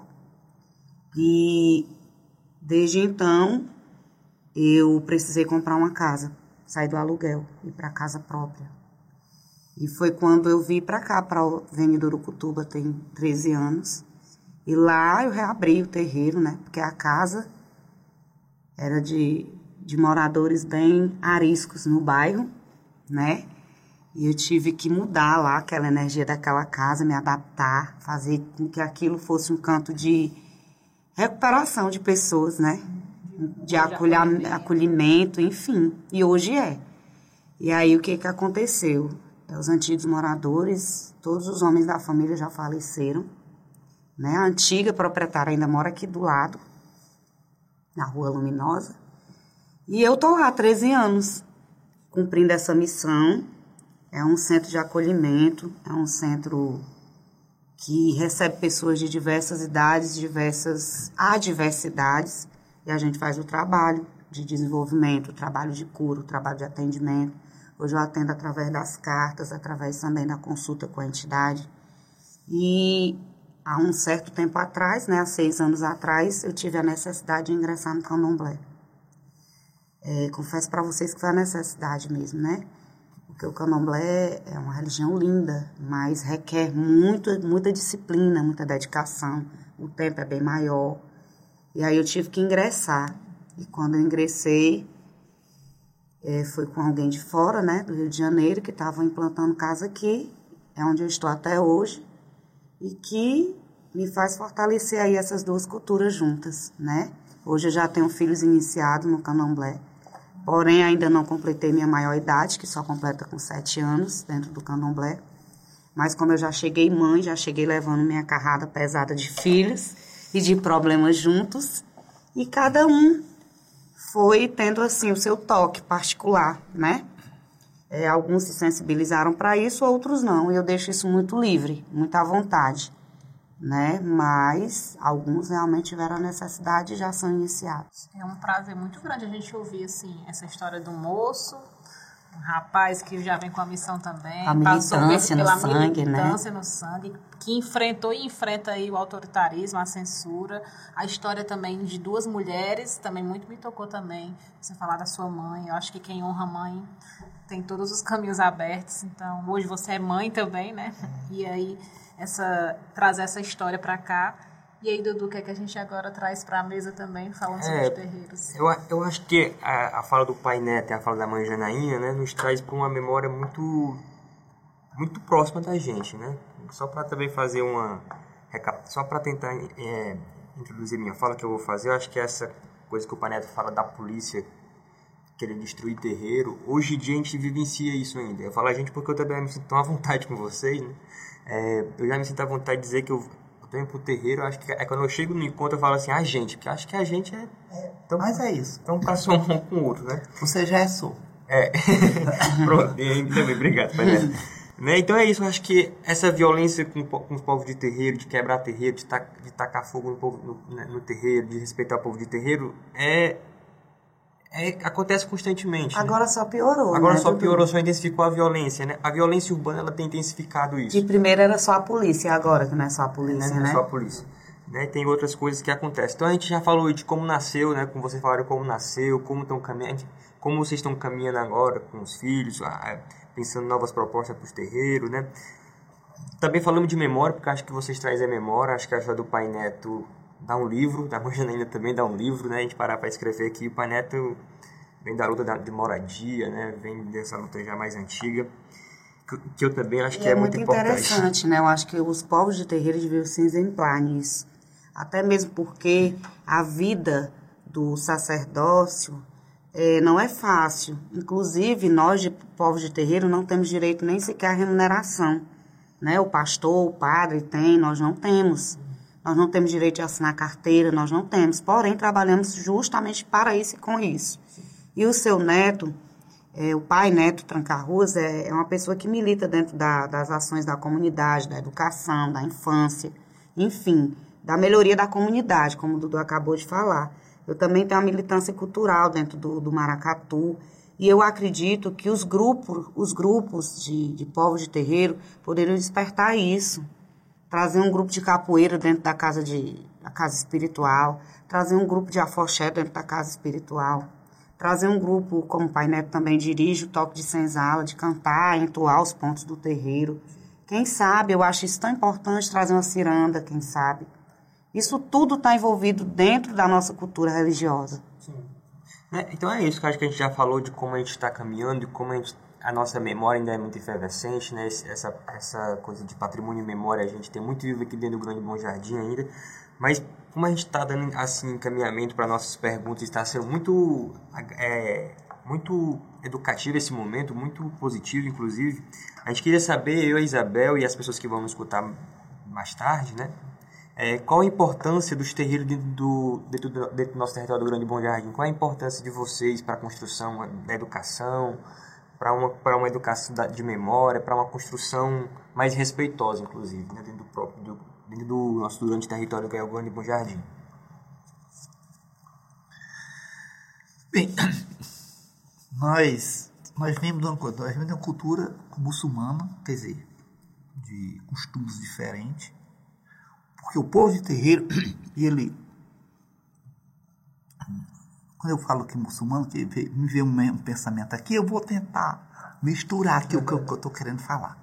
E desde então, eu precisei comprar uma casa, sair do aluguel, ir para casa própria. E foi quando eu vim para cá, para a Avenida Urucutuba, tem treze anos. E lá eu reabri o terreiro, né? Porque a casa era de, de moradores bem ariscos no bairro, né? E eu tive que mudar lá aquela energia daquela casa, me adaptar, fazer com que aquilo fosse um canto de recuperação de pessoas, né? De acolha, acolhimento, enfim. E hoje é. E aí o que que aconteceu? Os antigos moradores, todos os homens da família já faleceram, né? A antiga proprietária ainda mora aqui do lado, na Rua Luminosa. E eu tô lá há treze anos, cumprindo essa missão. É um centro de acolhimento, é um centro que recebe pessoas de diversas idades, diversas adversidades. E a gente faz o trabalho de desenvolvimento, o trabalho de cura, o trabalho de atendimento. Hoje eu atendo através das cartas, através também da consulta com a entidade. E há um certo tempo atrás, né, há seis anos atrás, eu tive a necessidade de ingressar no candomblé. É, confesso para vocês que foi a necessidade mesmo, né? Porque o candomblé é uma religião linda, mas requer muito, muita disciplina, muita dedicação. O tempo é bem maior. E aí eu tive que ingressar. E quando eu ingressei, é, foi com alguém de fora, né, do Rio de Janeiro, que estava implantando casa aqui, é onde eu estou até hoje, e que me faz fortalecer aí essas duas culturas juntas, né? Hoje eu já tenho filhos iniciados no candomblé, porém ainda não completei minha maior idade, que só completa com sete anos dentro do candomblé. Mas como eu já cheguei mãe, já cheguei levando minha carrada pesada de filhos e de problemas juntos, e cada um foi tendo assim o seu toque particular, né? É, alguns se sensibilizaram para isso, outros não. E eu deixo isso muito livre, muito à vontade, né? Mas alguns realmente tiveram a necessidade e já são iniciados. É um prazer muito grande a gente ouvir assim essa história do moço, um rapaz que já vem com a missão também, A militância no pela sangue, né? militância no sangue, que enfrentou e enfrenta aí o autoritarismo, a censura, a história também de duas mulheres, também muito me tocou também, você falar da sua mãe. Eu acho que quem honra a mãe tem todos os caminhos abertos. Então, hoje você é mãe também, né? E aí, essa, trazer essa história para cá. E aí, Dudu, o que é que a gente agora traz para a mesa também, falando sobre É, os terreiros? Eu, eu acho que a, a fala do pai Neto e a fala da mãe Janaína, né, nos traz para uma memória muito, muito próxima da gente, né? Só para também fazer uma... Só para tentar é, introduzir minha fala que eu vou fazer, eu acho que essa coisa que o pai Neto fala da polícia querer destruir terreiro, hoje em dia a gente vivencia isso ainda. Eu falo a gente porque eu também me sinto tão à vontade com vocês, né? É, eu já me sinto à vontade de dizer que eu tô indo pro terreiro, acho que é quando eu chego no encontro eu falo assim, a gente, porque eu acho que a gente é... É, tão, mas é isso. Então passou um com o outro, né? Você já é sou. É. Pronto, e também, obrigado, pai Neto. Né? Então é isso, eu acho que essa violência com, com os povos de terreiro, de quebrar terreiro, de, ta, de tacar fogo no, povo, no, né, no terreiro, de respeitar o povo de terreiro, é... É, acontece constantemente. Agora né? só piorou. Agora né, só Dudu? piorou, só intensificou a violência, né? A violência urbana, ela tem intensificado isso. De primeiro era só a polícia, agora que não é só a polícia, Não né? é só a polícia. Né? Tem outras coisas que acontecem. Então a gente já falou de como nasceu, né? Como vocês falaram, como nasceu, como estão caminhando, como vocês estão caminhando agora com os filhos, pensando em novas propostas para os terreiros, né? Também falamos de memória, porque acho que vocês trazem a memória, acho que a ajuda do Pai Neto dá um livro, da mãe Janaína também dá um livro, né? A gente parar para escrever aqui, o Pai Neto vem da luta da, de moradia, né? Vem dessa luta já mais antiga, que, que eu também acho E que é, é muito, muito importante. interessante, né? Eu acho que os povos de terreiro deviam se exemplar nisso. Até mesmo porque a vida do sacerdócio é, não é fácil. Inclusive, nós, de povos de terreiro, não temos direito nem sequer à remuneração. Né? O pastor, o padre tem, nós não temos. Nós não temos direito de assinar carteira, nós não temos. Porém, trabalhamos justamente para isso e com isso. E o seu neto, é, o pai Neto Tranca-Ruas, é, é uma pessoa que milita dentro da, das ações da comunidade, da educação, da infância, enfim, da melhoria da comunidade, como o Dudu acabou de falar. Eu também tenho uma militância cultural dentro do, do Maracatu, e eu acredito que os grupos, os grupos de, de povos de terreiro poderiam despertar isso. Trazer um grupo de capoeira dentro da casa, de, da casa espiritual, trazer um grupo de afoxé dentro da casa espiritual, trazer um grupo, como o Pai Neto também dirige, o toque de senzala, de cantar, entoar os pontos do terreiro. Quem sabe, eu acho isso tão importante, trazer uma ciranda, quem sabe. Isso tudo está envolvido dentro da nossa cultura religiosa. Sim. É, então é isso que eu acho que a gente já falou de como a gente está caminhando, de como a, gente, a nossa memória ainda é muito efervescente, né? Essa, essa coisa de patrimônio e memória a gente tem muito vivo aqui dentro do Grande Bom Jardim ainda. Mas como a gente está dando assim, encaminhamento para nossas perguntas, está sendo muito, é, muito educativo esse momento, muito positivo, inclusive. A gente queria saber, eu, a Isabel e as pessoas que vão nos escutar mais tarde, né? É, qual a importância dos terreiros dentro do, dentro, do, dentro do nosso território do Grande Bom Jardim? Qual a importância de vocês para a construção da educação, para uma, para uma educação de memória, para uma construção mais respeitosa, inclusive, né? dentro, do próprio, do, dentro do nosso grande território que é o Grande Bom Jardim? Bem, nós, nós vemos de uma, nós vemos de uma cultura muçulmana, quer dizer, de costumes diferentes. Porque o povo de terreiro, ele... Quando eu falo que muçulmano, que me vê um, um pensamento aqui, eu vou tentar misturar aqui o que eu estou querendo falar.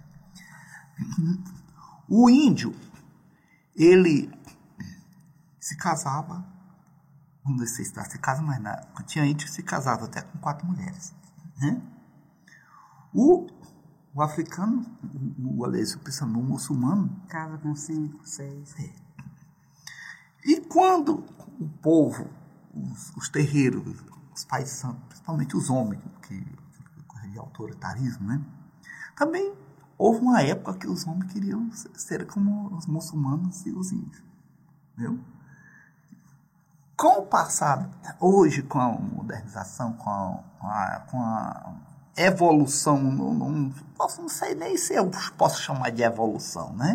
O índio, ele se casava, não sei se se casa mais nada, tinha índio que se casava até com quatro mulheres. Né? O... O africano, o, o, o, o muçulmano... Casa com cinco, seis. É. E quando o povo, os, os terreiros, os pais santos, principalmente os homens, que de autoritarismo, né? Também houve uma época que os homens queriam ser como os muçulmanos e os índios. Entendeu? Com o passado, hoje com a modernização, com a... Com a, com a evolução, não, não, posso, não sei nem se eu posso chamar de evolução, né?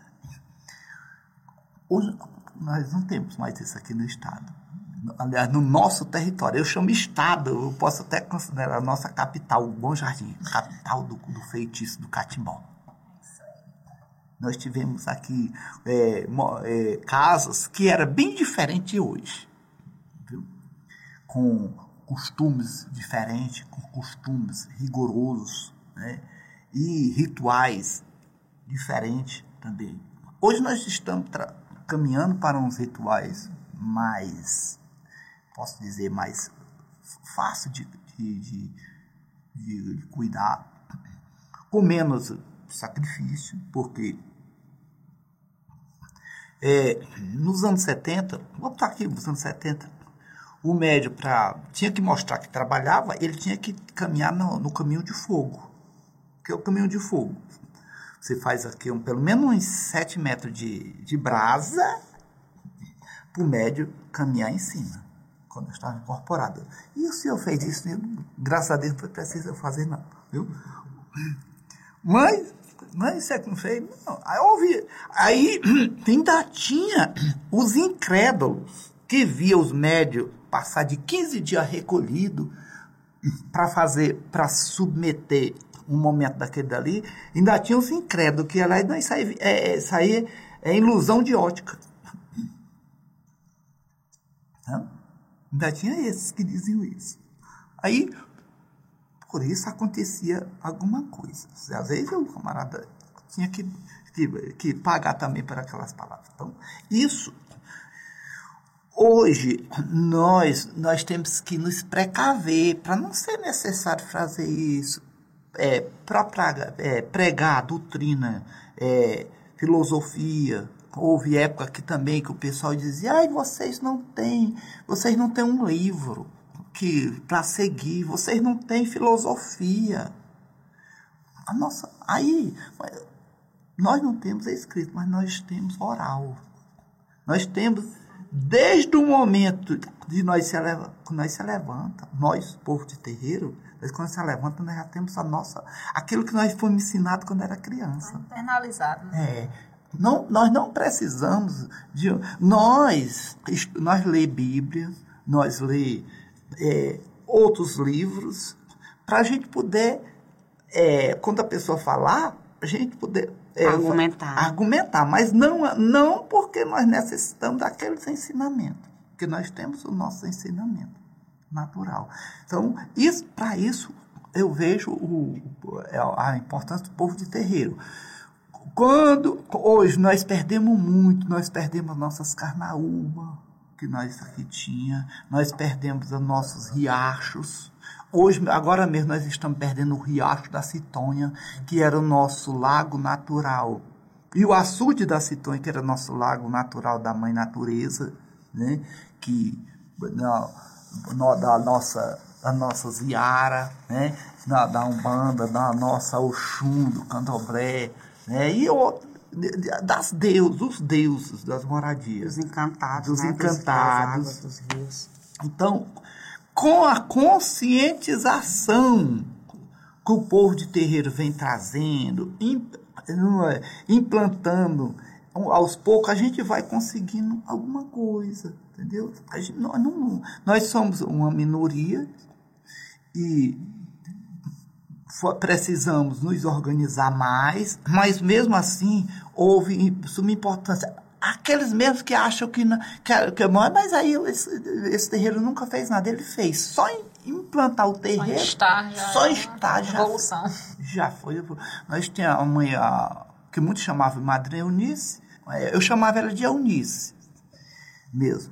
Hoje, nós não temos mais isso aqui no estado. Aliás, no nosso território. Eu chamo estado, eu posso até considerar a nossa capital, o Bom Jardim, capital do, do feitiço do catimbó. Nós tivemos aqui é, é, casas que eram bem diferentes de hoje, viu? Com costumes diferentes, com costumes rigorosos, né? E rituais diferentes também. Hoje nós estamos caminhando para uns rituais mais, posso dizer, mais fácil de, de, de, de cuidar, com menos sacrifício, porque é, nos anos setenta, vou botar aqui nos anos setenta, o médium, pra, tinha que mostrar que trabalhava, ele tinha que caminhar no, no caminho de fogo. Que é o caminho de fogo. Você faz aqui um, pelo menos uns sete metros de, de brasa para o médium caminhar em cima, quando eu estava incorporado. E o senhor fez isso, eu, graças a Deus não foi preciso eu fazer, não. Viu? Mas, mas você não fez? Não. Aí, ouvi, aí ainda tinha os incrédulos que via os médios passar de quinze dias recolhido para fazer, para submeter um momento daquele dali, ainda tinha os incrédulos que lá, não, isso aí, é, isso aí é ilusão de ótica. Não? Ainda tinha esses que diziam isso. Aí, por isso acontecia alguma coisa. Às vezes o camarada tinha que, que, que pagar também por aquelas palavras. Então, isso... Hoje, nós, nós temos que nos precaver para não ser necessário fazer isso, é, para é, pregar a doutrina, é, filosofia. Houve época aqui também que o pessoal dizia, ai, vocês não têm, vocês não têm um livro que para seguir, vocês não têm filosofia. A nossa, aí, nós não temos escrito, mas nós temos oral. Nós temos, desde o momento de nós se, leva, nós se levanta, nós, povo de terreiro, nós, quando se levanta, nós já temos a nossa, aquilo que nós fomos ensinados quando era criança. Internalizado, né? É. Não, nós não precisamos de... Nós, nós lê Bíblia, nós lê é, outros livros, para a gente poder, é, quando a pessoa falar, a gente poder... É, argumentar. Argumentar, mas não, não porque nós necessitamos daqueles ensinamentos, porque nós temos o nosso ensinamento natural. Então, isso, para isso, eu vejo o, a importância do povo de terreiro. Quando, hoje, nós perdemos muito, nós perdemos nossas carnaúbas, que nós aqui tinha, nós perdemos os nossos riachos. Hoje, agora mesmo, nós estamos perdendo o riacho da Citonha, que era o nosso lago natural. E o açude da Citonha, que era o nosso lago natural da Mãe Natureza, né? Que, na, na, da nossa, da nossa Ziara, né? da, da Umbanda, da nossa Oxum, do Candomblé, né? E outro, das deuses, os deuses das moradias. Os encantados, dos né? encantados. Das águas, dos rios. Então, com a conscientização que o povo de terreiro vem trazendo, implantando, aos poucos a gente vai conseguindo alguma coisa, entendeu? A gente, nós, não, nós somos uma minoria e precisamos nos organizar mais, mas mesmo assim houve suma importância. Aqueles mesmos que acham que, não, que, que mas aí esse, esse terreiro nunca fez nada, ele fez. Só em implantar o terreiro, só estar já, só estar já, evolução. já foi. Nós tínhamos uma mãe, a, que muitos chamavam de Madre Eunice, eu chamava ela de Eunice mesmo.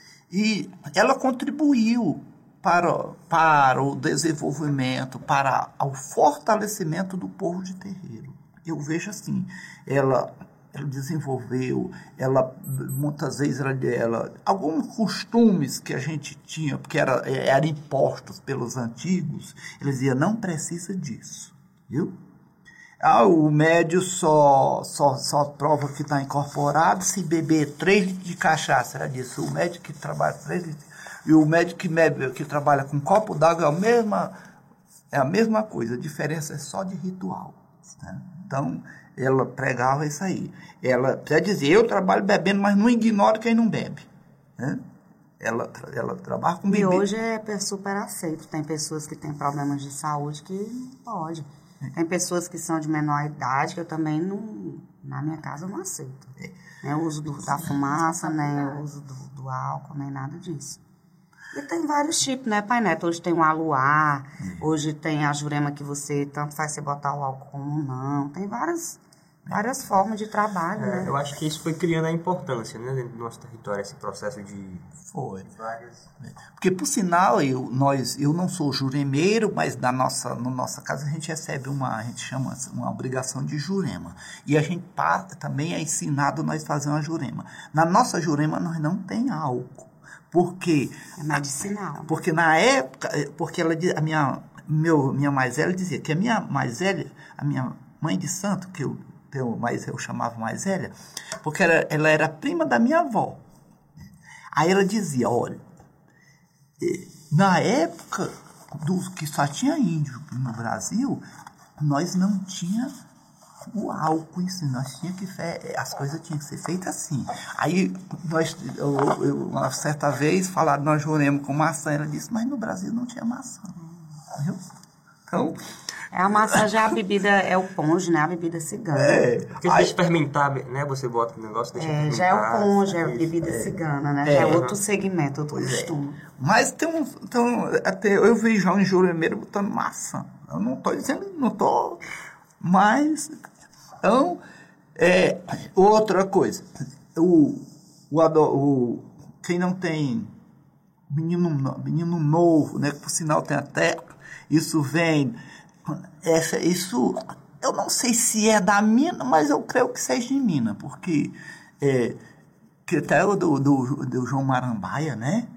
E ela contribuiu para, para o desenvolvimento, para o fortalecimento do povo de terreiro. Eu vejo assim, ela... ela desenvolveu, ela, muitas vezes, ela, ela, alguns costumes que a gente tinha, porque era, eram impostos pelos antigos, eles diziam, não precisa disso, viu? Ah, o médio só, só, só prova que está incorporado se beber três litros de cachaça, ela disse, o médico que trabalha três litros, e o médico que, bebe, que trabalha com um copo d'água é a mesma, é a mesma coisa, a diferença é só de ritual, né? Então, ela pregava isso aí. Ela quer dizer, eu trabalho bebendo, mas não ignoro quem não bebe, né? Ela, ela trabalha com bebida. E hoje é super aceito. Tem pessoas que têm problemas de saúde que não pode. Tem pessoas que são de menor idade, que eu também não, na minha casa eu não aceito. É. Nem o uso do, da fumaça, nem o uso do, do álcool, nem nada disso. E tem vários tipos, né, Pai Neto? Hoje tem o aluá, uhum. Hoje tem a jurema que você, tanto faz você botar o álcool como não. Tem várias, várias formas de trabalho, é, né? Eu acho que isso foi criando a importância, né, dentro do nosso território, esse processo de... Foi. Várias... Porque, por sinal, eu, nós, eu não sou juremeiro, mas na nossa, na nossa casa a gente recebe uma, a gente chama uma obrigação de jurema. E a gente também é ensinado nós fazer uma jurema. Na nossa jurema nós não tem álcool. Porque, é medicinal. Porque na época, porque ela, a minha, meu, minha mais velha dizia que a minha mais velha, a minha mãe de santo, que eu, eu, mais, eu chamava mais velha, porque ela, ela era prima da minha avó. Aí ela dizia, olha, na época do, que só tinha índio no Brasil, nós não tínhamos o álcool em si, nós tinha que as coisas tinham que ser feitas assim. Aí nós, eu, eu, uma certa vez falaram, nós juremos com maçã, ela disse, mas no Brasil não tinha maçã, viu? Então é, a maçã já é a bebida, é o ponge, né? A bebida cigana. É, porque aí, deixa fermentar, né? Você bota o negócio, deixa é, fermentar. Já é o ponge, é a bebida é, cigana, né? É, já é outro segmento, outro costume. É. Mas tem um, então, até eu vi já um juremeiro botando maçã. Eu não estou dizendo, não estou, mas... Então, é, outra coisa, o, o, o, quem não tem menino, menino novo, né, que por sinal tem até, isso vem, essa, isso, eu não sei se é da mina, mas eu creio que seja de mina, porque é, que até o do, do, do João Marambaia, né,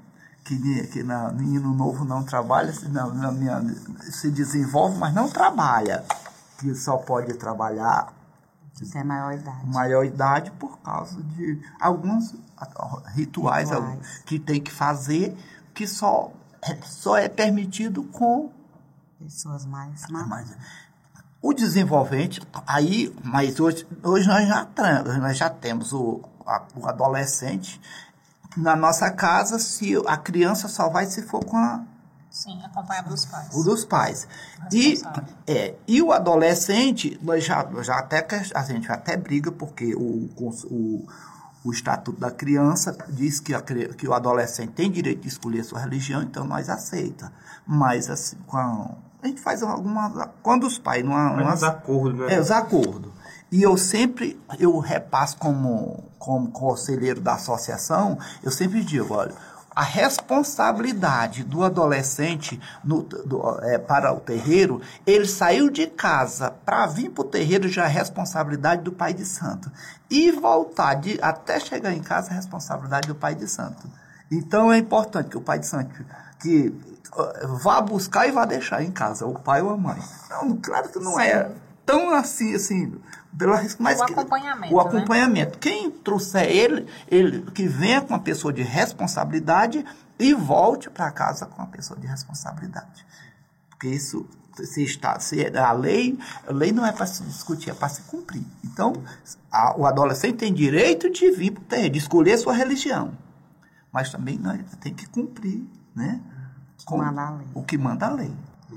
que, que na, menino novo não trabalha, se, na, na minha, se desenvolve, mas não trabalha. Que só pode trabalhar Isso é maior idade. maior idade por causa de alguns rituais, Rituais. que tem que fazer, que só, só é permitido com Pessoas mais maduras. mas o desenvolvente, aí, mas hoje, hoje nós, já, tra- nós já temos o, a- o adolescente na nossa casa, se a criança só vai se for com a, Sim, acompanhado dos pais. o dos pais. E, Responsável. é, e o adolescente, nós já, já até, que- a gente até briga, porque o, o, o Estatuto da Criança diz que, a, cri- que o adolescente tem direito de escolher sua religião, então nós aceita. Mas assim, com, a gente faz alguma... Quando os pais não... Mas não os acordos, né? é, os acordos. E eu sempre, eu repasso como, como conselheiro da associação, eu sempre digo, olha, a responsabilidade do adolescente no, do, é, para o terreiro, ele saiu de casa para vir para o terreiro, já é responsabilidade do pai de santo. E voltar de, até chegar em casa, é responsabilidade do pai de santo. Então é importante que o pai de santo que uh, vá buscar e vá deixar em casa, o pai ou a mãe. Não, claro que não Sim. é tão assim, assim, pela, mas O que- acompanhamento, o né? acompanhamento. Quem trouxer ele, ele que venha com uma pessoa de responsabilidade e volte para casa com uma pessoa de responsabilidade. Porque isso, se está, se é a lei, a lei não é para se discutir, é para se cumprir. Então, a- o adolescente tem direito de vir para o terreiro, de escolher sua religião. Mas também nós tem que cumprir, né? com manda a lei. o que manda a lei.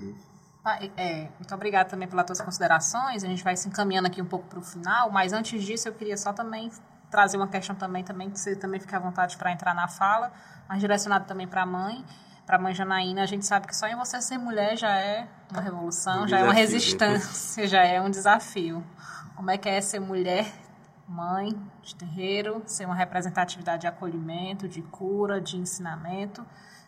Pai, é, muito obrigada também pelas tuas considerações. A gente vai se encaminhando aqui um pouco para o final, mas antes disso eu queria só também trazer uma questão também, também que você também fique à vontade para entrar na fala, mas direcionado também para a mãe, para a mãe Janaína. A gente sabe que só em você ser mulher já é uma revolução, Um já é uma desafio, resistência, já é um desafio. Como é que é ser mulher, mãe de terreiro, ser uma representatividade de acolhimento, de cura, de ensinamento?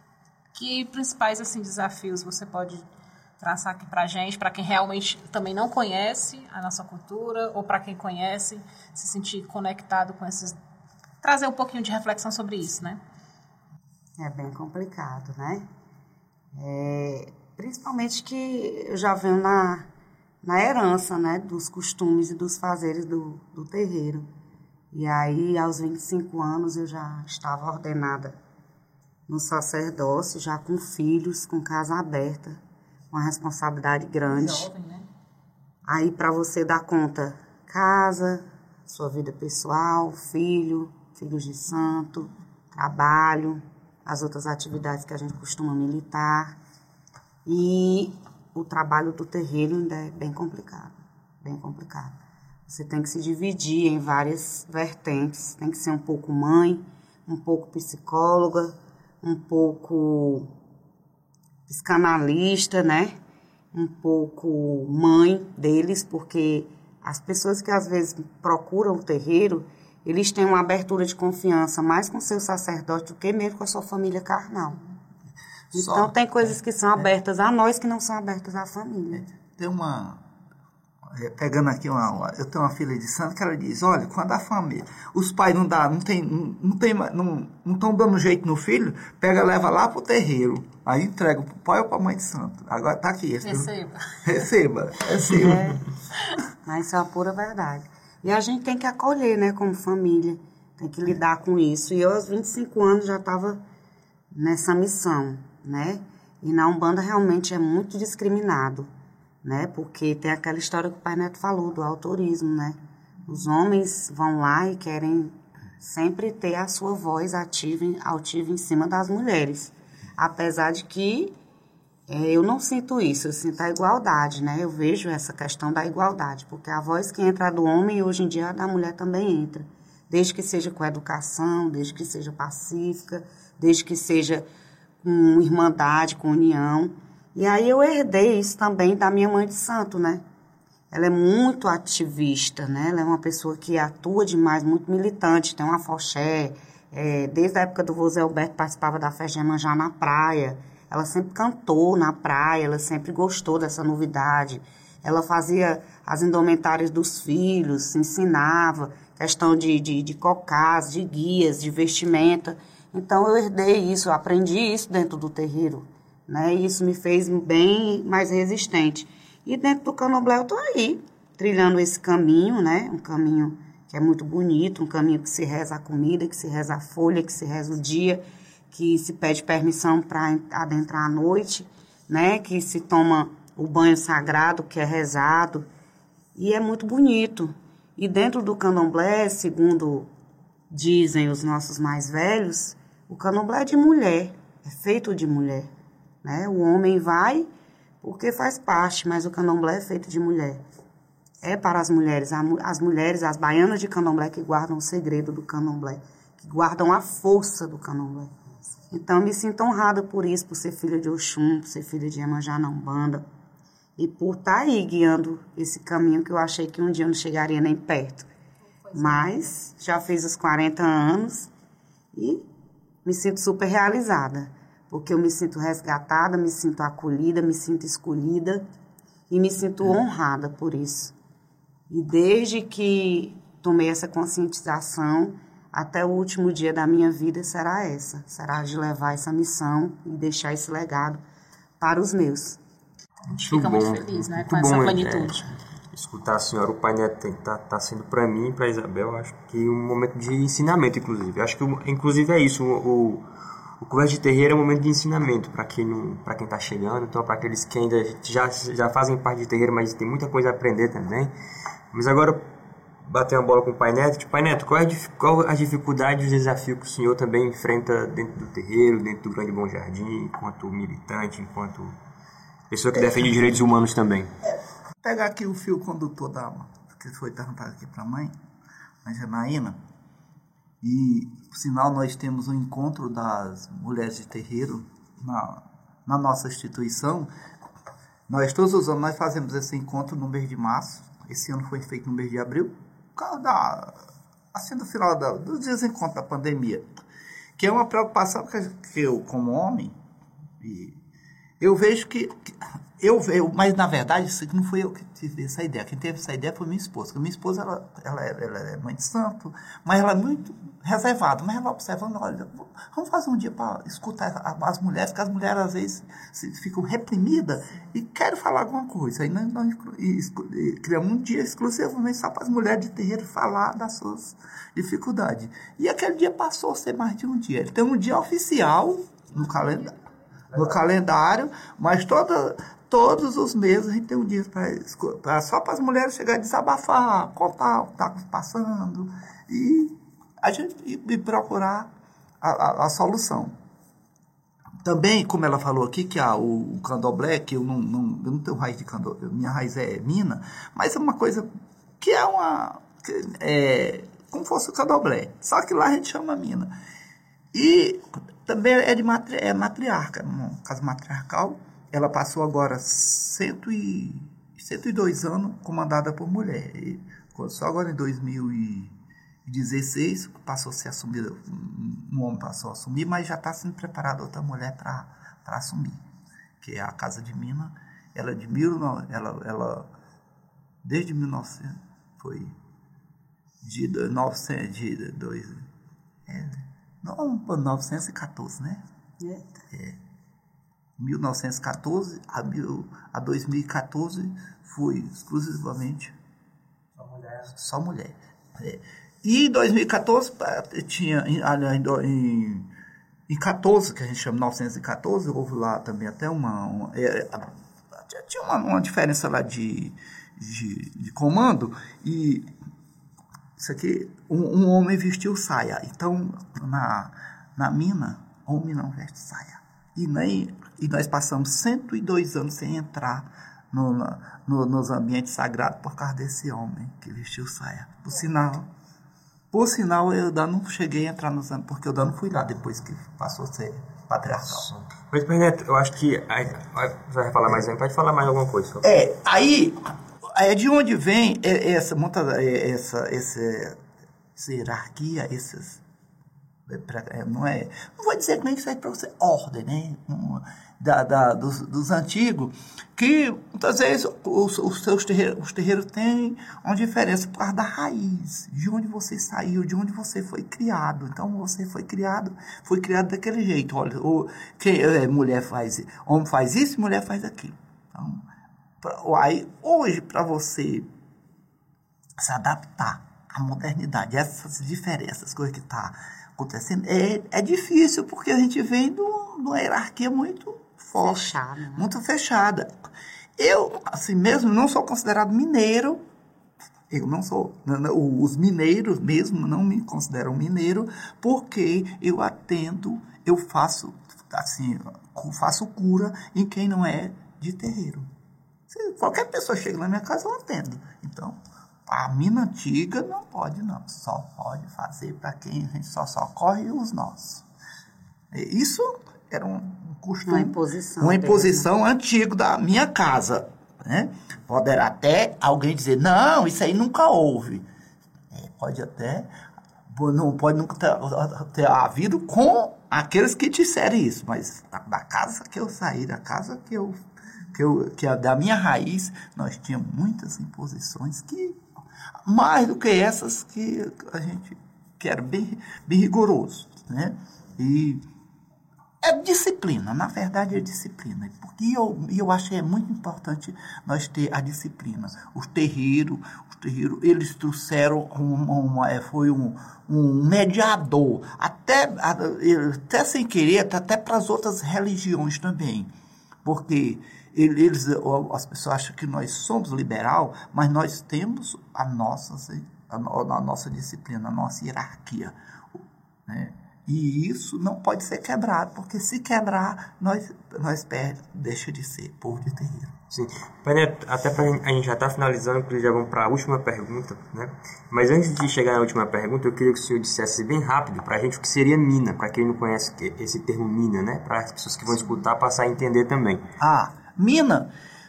Que principais assim, desafios você pode traçar aqui para a gente, para quem realmente também não conhece a nossa cultura, ou para quem conhece, se sentir conectado com esses... Trazer um pouquinho de reflexão sobre isso, né? É bem complicado, né? É, principalmente que eu já venho na, na herança, né? Dos costumes e dos fazeres do, do terreiro. E aí, aos vinte e cinco anos, eu já estava ordenada no sacerdócio, já com filhos, com casa aberta, uma responsabilidade grande. Jovem, né? Aí, para você dar conta, casa, sua vida pessoal, filho, filhos de santo, trabalho, as outras atividades que a gente costuma militar. E o trabalho do terreiro ainda é bem complicado, bem complicado. Você tem que se dividir em várias vertentes, tem que ser um pouco mãe, um pouco psicóloga, um pouco psicanalista, né? Um pouco mãe deles, porque as pessoas que às vezes procuram o terreiro, eles têm uma abertura de confiança mais com seu sacerdote do que mesmo com a sua família carnal. Só- Então tem coisas que são abertas a nós que não são abertas à família. Tem uma... é, pegando aqui uma, uma- eu tenho uma filha de santo que ela diz, olha, quando a família, os pais não dá, não tem, não, não tem, não não estão dando jeito no filho, pega, leva lá pro terreiro, aí entrega pro pai ou pra mãe de santo. Agora tá aqui, esse, Receba. receba, receba. É, mas isso é a pura verdade. E a gente tem que acolher, né, como família, tem que lidar com isso. E eu, aos vinte e cinco anos, já estava nessa missão, né? E na Umbanda realmente é muito discriminado, né? Porque tem aquela história que o Pai Neto falou, do autorismo, né? Os homens vão lá e querem sempre ter a sua voz ativa, em- altiva em cima das mulheres. Apesar de que é, eu não sinto isso, eu sinto a igualdade, né? Eu vejo essa questão da igualdade, porque a voz que entra do homem, hoje em dia, a da mulher também entra. Desde que seja com educação, desde que seja pacífica, desde que seja com irmandade, com união. E aí eu herdei isso também da minha mãe de santo, né? Ela é muito ativista, né? Ela é uma pessoa que atua demais, muito militante, tem uma foché. É, desde a época do vô Zé Alberto participava da festa de Iemanjá na praia. Ela sempre cantou na praia, ela sempre gostou dessa novidade. Ela fazia as indumentárias dos filhos, ensinava, questão de, de, de cocás, de guias, de vestimenta. Então eu herdei isso, eu aprendi isso dentro do terreiro, né? E isso me fez bem mais resistente. E dentro do candomblé eu estou aí, trilhando esse caminho, né? Um caminho que é muito bonito, um caminho que se reza a comida, que se reza a folha, que se reza o dia, que se pede permissão para adentrar à noite, né? Que se toma o banho sagrado, que é rezado, e é muito bonito. E dentro do candomblé, segundo dizem os nossos mais velhos, o candomblé é de mulher, é feito de mulher, né? O homem vai porque faz parte, mas o candomblé é feito de mulher. É para as mulheres, as mulheres, as baianas de candomblé que guardam o segredo do candomblé, que guardam a força do candomblé. Então, eu me sinto honrada por isso, por ser filha de Oxum, por ser filha de Iemanjá na Umbanda, e por estar aí guiando esse caminho que eu achei que um dia eu não chegaria nem perto. Mas já fiz os quarenta anos e me sinto super realizada, porque eu me sinto resgatada, me sinto acolhida, me sinto escolhida e me sinto honrada por isso. E desde que tomei essa conscientização, até o último dia da minha vida será essa. Será de levar essa missão e deixar esse legado para os meus. A gente fica Muito muito bom, feliz, né, muito com essa bom, plenitude. É, escutar a senhora, o Pai Neto está tá sendo para mim e para Isabel, acho que um momento de ensinamento, inclusive. Acho que, inclusive, é isso. O, o, o conversa de terreiro é um momento de ensinamento para quem para quem está chegando, então para aqueles que ainda já, já fazem parte de terreiro, mas tem muita coisa a aprender também. Mas agora, bater uma bola com o Pai Neto. Pai Neto, qual é a, qual a dificuldade e os desafios que o senhor também enfrenta dentro do terreiro, dentro do Grande Bom Jardim, enquanto militante, enquanto pessoa que defende direitos humanos também? Pegar aqui o fio condutor da que foi perguntado aqui para a mãe, a Janaína, e, por sinal, nós temos um encontro das mulheres de terreiro na, na nossa instituição. Nós, todos os anos, nós fazemos esse encontro no mês de março. Esse ano foi feito no mês de abril, por causa da, assim, do final da, dos desencontros da pandemia, que é uma preocupação que, que eu, como homem, e eu vejo que, que eu, eu, mas na verdade isso não foi eu que tive essa ideia. Quem teve essa ideia foi minha esposa. Minha esposa ela, ela, ela é mãe de santo, mas ela é muito reservada, mas ela observando, olha, vamos fazer um dia para escutar as mulheres, porque as mulheres às vezes ficam reprimidas e querem falar alguma coisa. Aí nós, nós criamos um dia exclusivamente só para as mulheres de terreiro falar das suas dificuldades. E aquele dia passou a ser mais de um dia. Ele tem um dia oficial no calendário, no calendário, mas toda, todos os meses a gente tem um dia para só para as mulheres chegarem a desabafar, contar o que está passando e a gente e procurar a, a, a solução. Também, como ela falou aqui, que há o, o candomblé, que eu não, não, eu não tenho raiz de candomblé, minha raiz é mina, mas é uma coisa que é uma... Que é como fosse o candomblé, só que lá a gente chama mina. E também é de matri, é matriarca, uma casa matriarcal. Ela passou agora cento e, cento e dois anos comandada por mulher. E só agora em dois mil e dezesseis passou a ser assumida, um homem passou a assumir, mas já está sendo preparada outra mulher para assumir, que é a Casa de Mina. Ela de mil, ela, ela desde mil e novecentos, foi de novecentos, de dois, é, novecentos e quatorze, né? É. É. mil novecentos e quatorze a, mil, a dois mil e quatorze foi exclusivamente só mulher. Só mulher. É. E em dois mil e quatorze tinha, em, em, em quatorze, que a gente chama mil novecentos e quatorze, houve lá também até uma, uma é, tinha uma, uma diferença lá de, de, de comando, e isso aqui, um, um homem vestiu saia. Então, na, na mina, homem não veste saia. E, nem, e nós passamos cento e dois anos sem entrar no, no, nos ambientes sagrados por causa desse homem que vestiu saia. Por sinal, por sinal eu ainda não cheguei a entrar nos ambientes, porque eu ainda não fui lá depois que passou a ser patriarcal. Mas, Neto, eu acho que... Você vai falar mais, pode falar mais alguma coisa. É, aí... É de onde vem essa, muita, essa, essa, essa hierarquia, essas, não é, não vou dizer que nem isso é para você, ordem, né? da, da, dos, dos antigos, que muitas vezes os, os seus terreiros, os terreiros têm uma diferença por causa da raiz, de onde você saiu, de onde você foi criado. Então você foi criado, foi criado daquele jeito. Olha, o, que, é, mulher faz, homem faz isso, mulher faz aquilo. Então, pra, aí, hoje, para você se adaptar à modernidade, essas diferenças, coisas que estão acontecendo, é, é difícil, porque a gente vem de uma hierarquia muito forte, Fechada, né? muito fechada. Eu, assim mesmo, não sou considerado mineiro, eu não sou, os mineiros mesmo não me consideram mineiro, porque eu atendo, eu faço, assim, faço cura em quem não é de terreiro. Se qualquer pessoa chega na minha casa, eu atendo. Então, a mina antiga não pode, não. Só pode fazer para quem a gente só socorre os nossos. Isso era um costume. Uma imposição. Uma imposição antiga da minha casa. Né? Poderá até alguém dizer, não, isso aí nunca houve. É, pode até, não pode nunca ter, ter havido com aqueles que disserem isso, mas da, da casa que eu saí, da casa que eu, que eu, que é da minha raiz, nós tínhamos muitas imposições que, mais do que essas que a gente, que era bem, bem rigoroso, né? E é disciplina, na verdade é disciplina. Porque eu, eu acho que é muito importante nós ter a disciplina. Os terreiros, os terreiros eles trouxeram, uma, uma, foi um, um mediador, até, até sem querer, até para as outras religiões também. Porque eles, as pessoas acham que nós somos liberal, mas nós temos a nossa, a, a nossa disciplina, a nossa hierarquia, né? E isso não pode ser quebrado, porque se quebrar, nós, nós perde, deixa de ser povo de terreiro. Sim. Até para a gente já está finalizando, porque já vamos para a última pergunta, né? Mas antes de chegar na última pergunta, eu queria que o senhor dissesse bem rápido para a gente o que seria mina, para quem não conhece esse termo mina, né? Para as pessoas que vão escutar passar a entender também. Ah, mina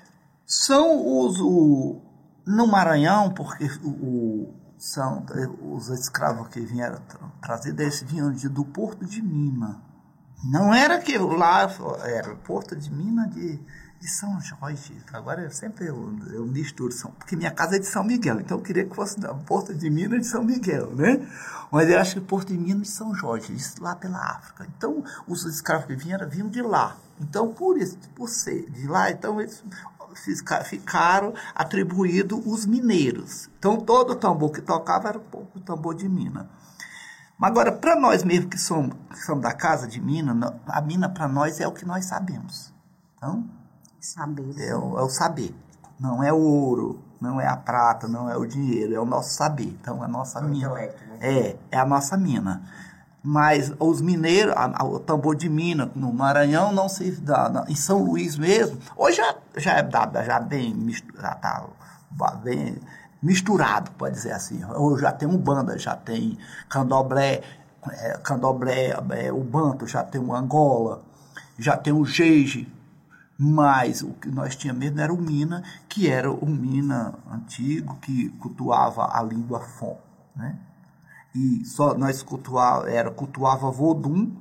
são os... O, no Maranhão, porque o... o são os escravos que vieram trazer, eles vinham de, do Porto de Minas. Não era que lá era o Porto de Minas de, de São Jorge. Agora eu sempre eu, eu misturo, São, porque minha casa é de São Miguel, então eu queria que fosse não, Porto de Minas de São Miguel, né? Mas eu acho que Porto de Minas de São Jorge, isso lá pela África. Então os escravos que vieram, vinham de lá. Então por isso, por ser de lá, então eles ficaram atribuídos os mineiros. Então, todo o tambor que tocava era o tambor de mina. Mas agora, para nós mesmo que somos, que somos da casa de mina, a mina para nós é o que nós sabemos. Então, Saber. é o, é o saber. Não é o ouro, não é a prata, não é o dinheiro, é o nosso saber. Então, a nossa é mina. Né? É, é a nossa mina. Mas os mineiros, a, a, o tambor de mina no Maranhão não se dá, na, em São Luís mesmo, hoje já, já é dado, já bem, já tá bem misturado, pode dizer assim. Hoje já tem um banda, já tem candomblé, é, candomblé, é, o banto, já tem o Angola, já tem o jeje, mas o que nós tínhamos mesmo era o mina, que era o mina antigo, que cultuava a língua fon, né? E só nós cultuava, era, cultuava Vodum,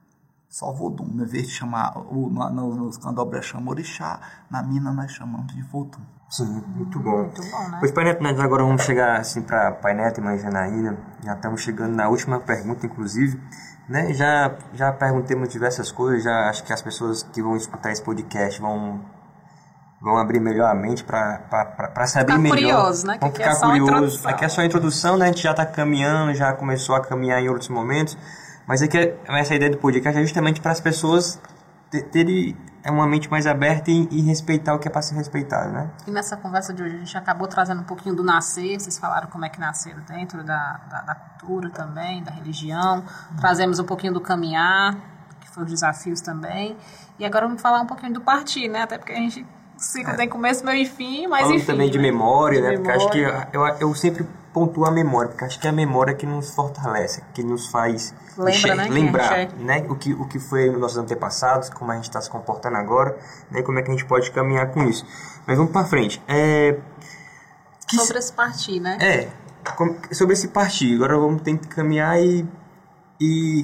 só Vodum, em vez de chamar, o, no, nos candomblé chama orixá, na mina nós chamamos de Vodum. Sim, muito bom. Muito bom, né? Pois, Pai Neto, nós agora vamos chegar assim para Pai Neto e Mãe Janaína, já estamos chegando na última pergunta, inclusive, né? Já, já perguntemos diversas coisas, já acho que as pessoas que vão escutar esse podcast vão... vão abrir melhor a mente para saber ficar melhor. Curioso, né? Vão que ficar aqui é curiosos. Aqui é só a introdução, né? A gente já está caminhando, já começou a caminhar em outros momentos. Mas aqui é, essa ideia do podcast é justamente para as pessoas terem uma mente mais aberta e, e respeitar o que é para ser respeitado, né? E nessa conversa de hoje a gente acabou trazendo um pouquinho do nascer, vocês falaram como é que nasceram dentro da, da, da cultura também, da religião. Trazemos um pouquinho do caminhar, que foram os desafios também. E agora vamos falar um pouquinho do partir, né? Até porque a gente... O ciclo é. tem começo, meio e fim, mas Falando enfim. também de né? memória, de né? memória. Porque acho que eu, eu sempre pontuo a memória, porque acho que é a memória que nos fortalece, que nos faz Lembra, enxer- né? lembrar Enxer- né? o, que, o que foi nos nossos antepassados, como a gente está se comportando agora, né? Como é que a gente pode caminhar com isso. Mas vamos para frente. É... Que Sobre esse partir, né? É, com- sobre esse partir. Agora vamos ter que caminhar e, e,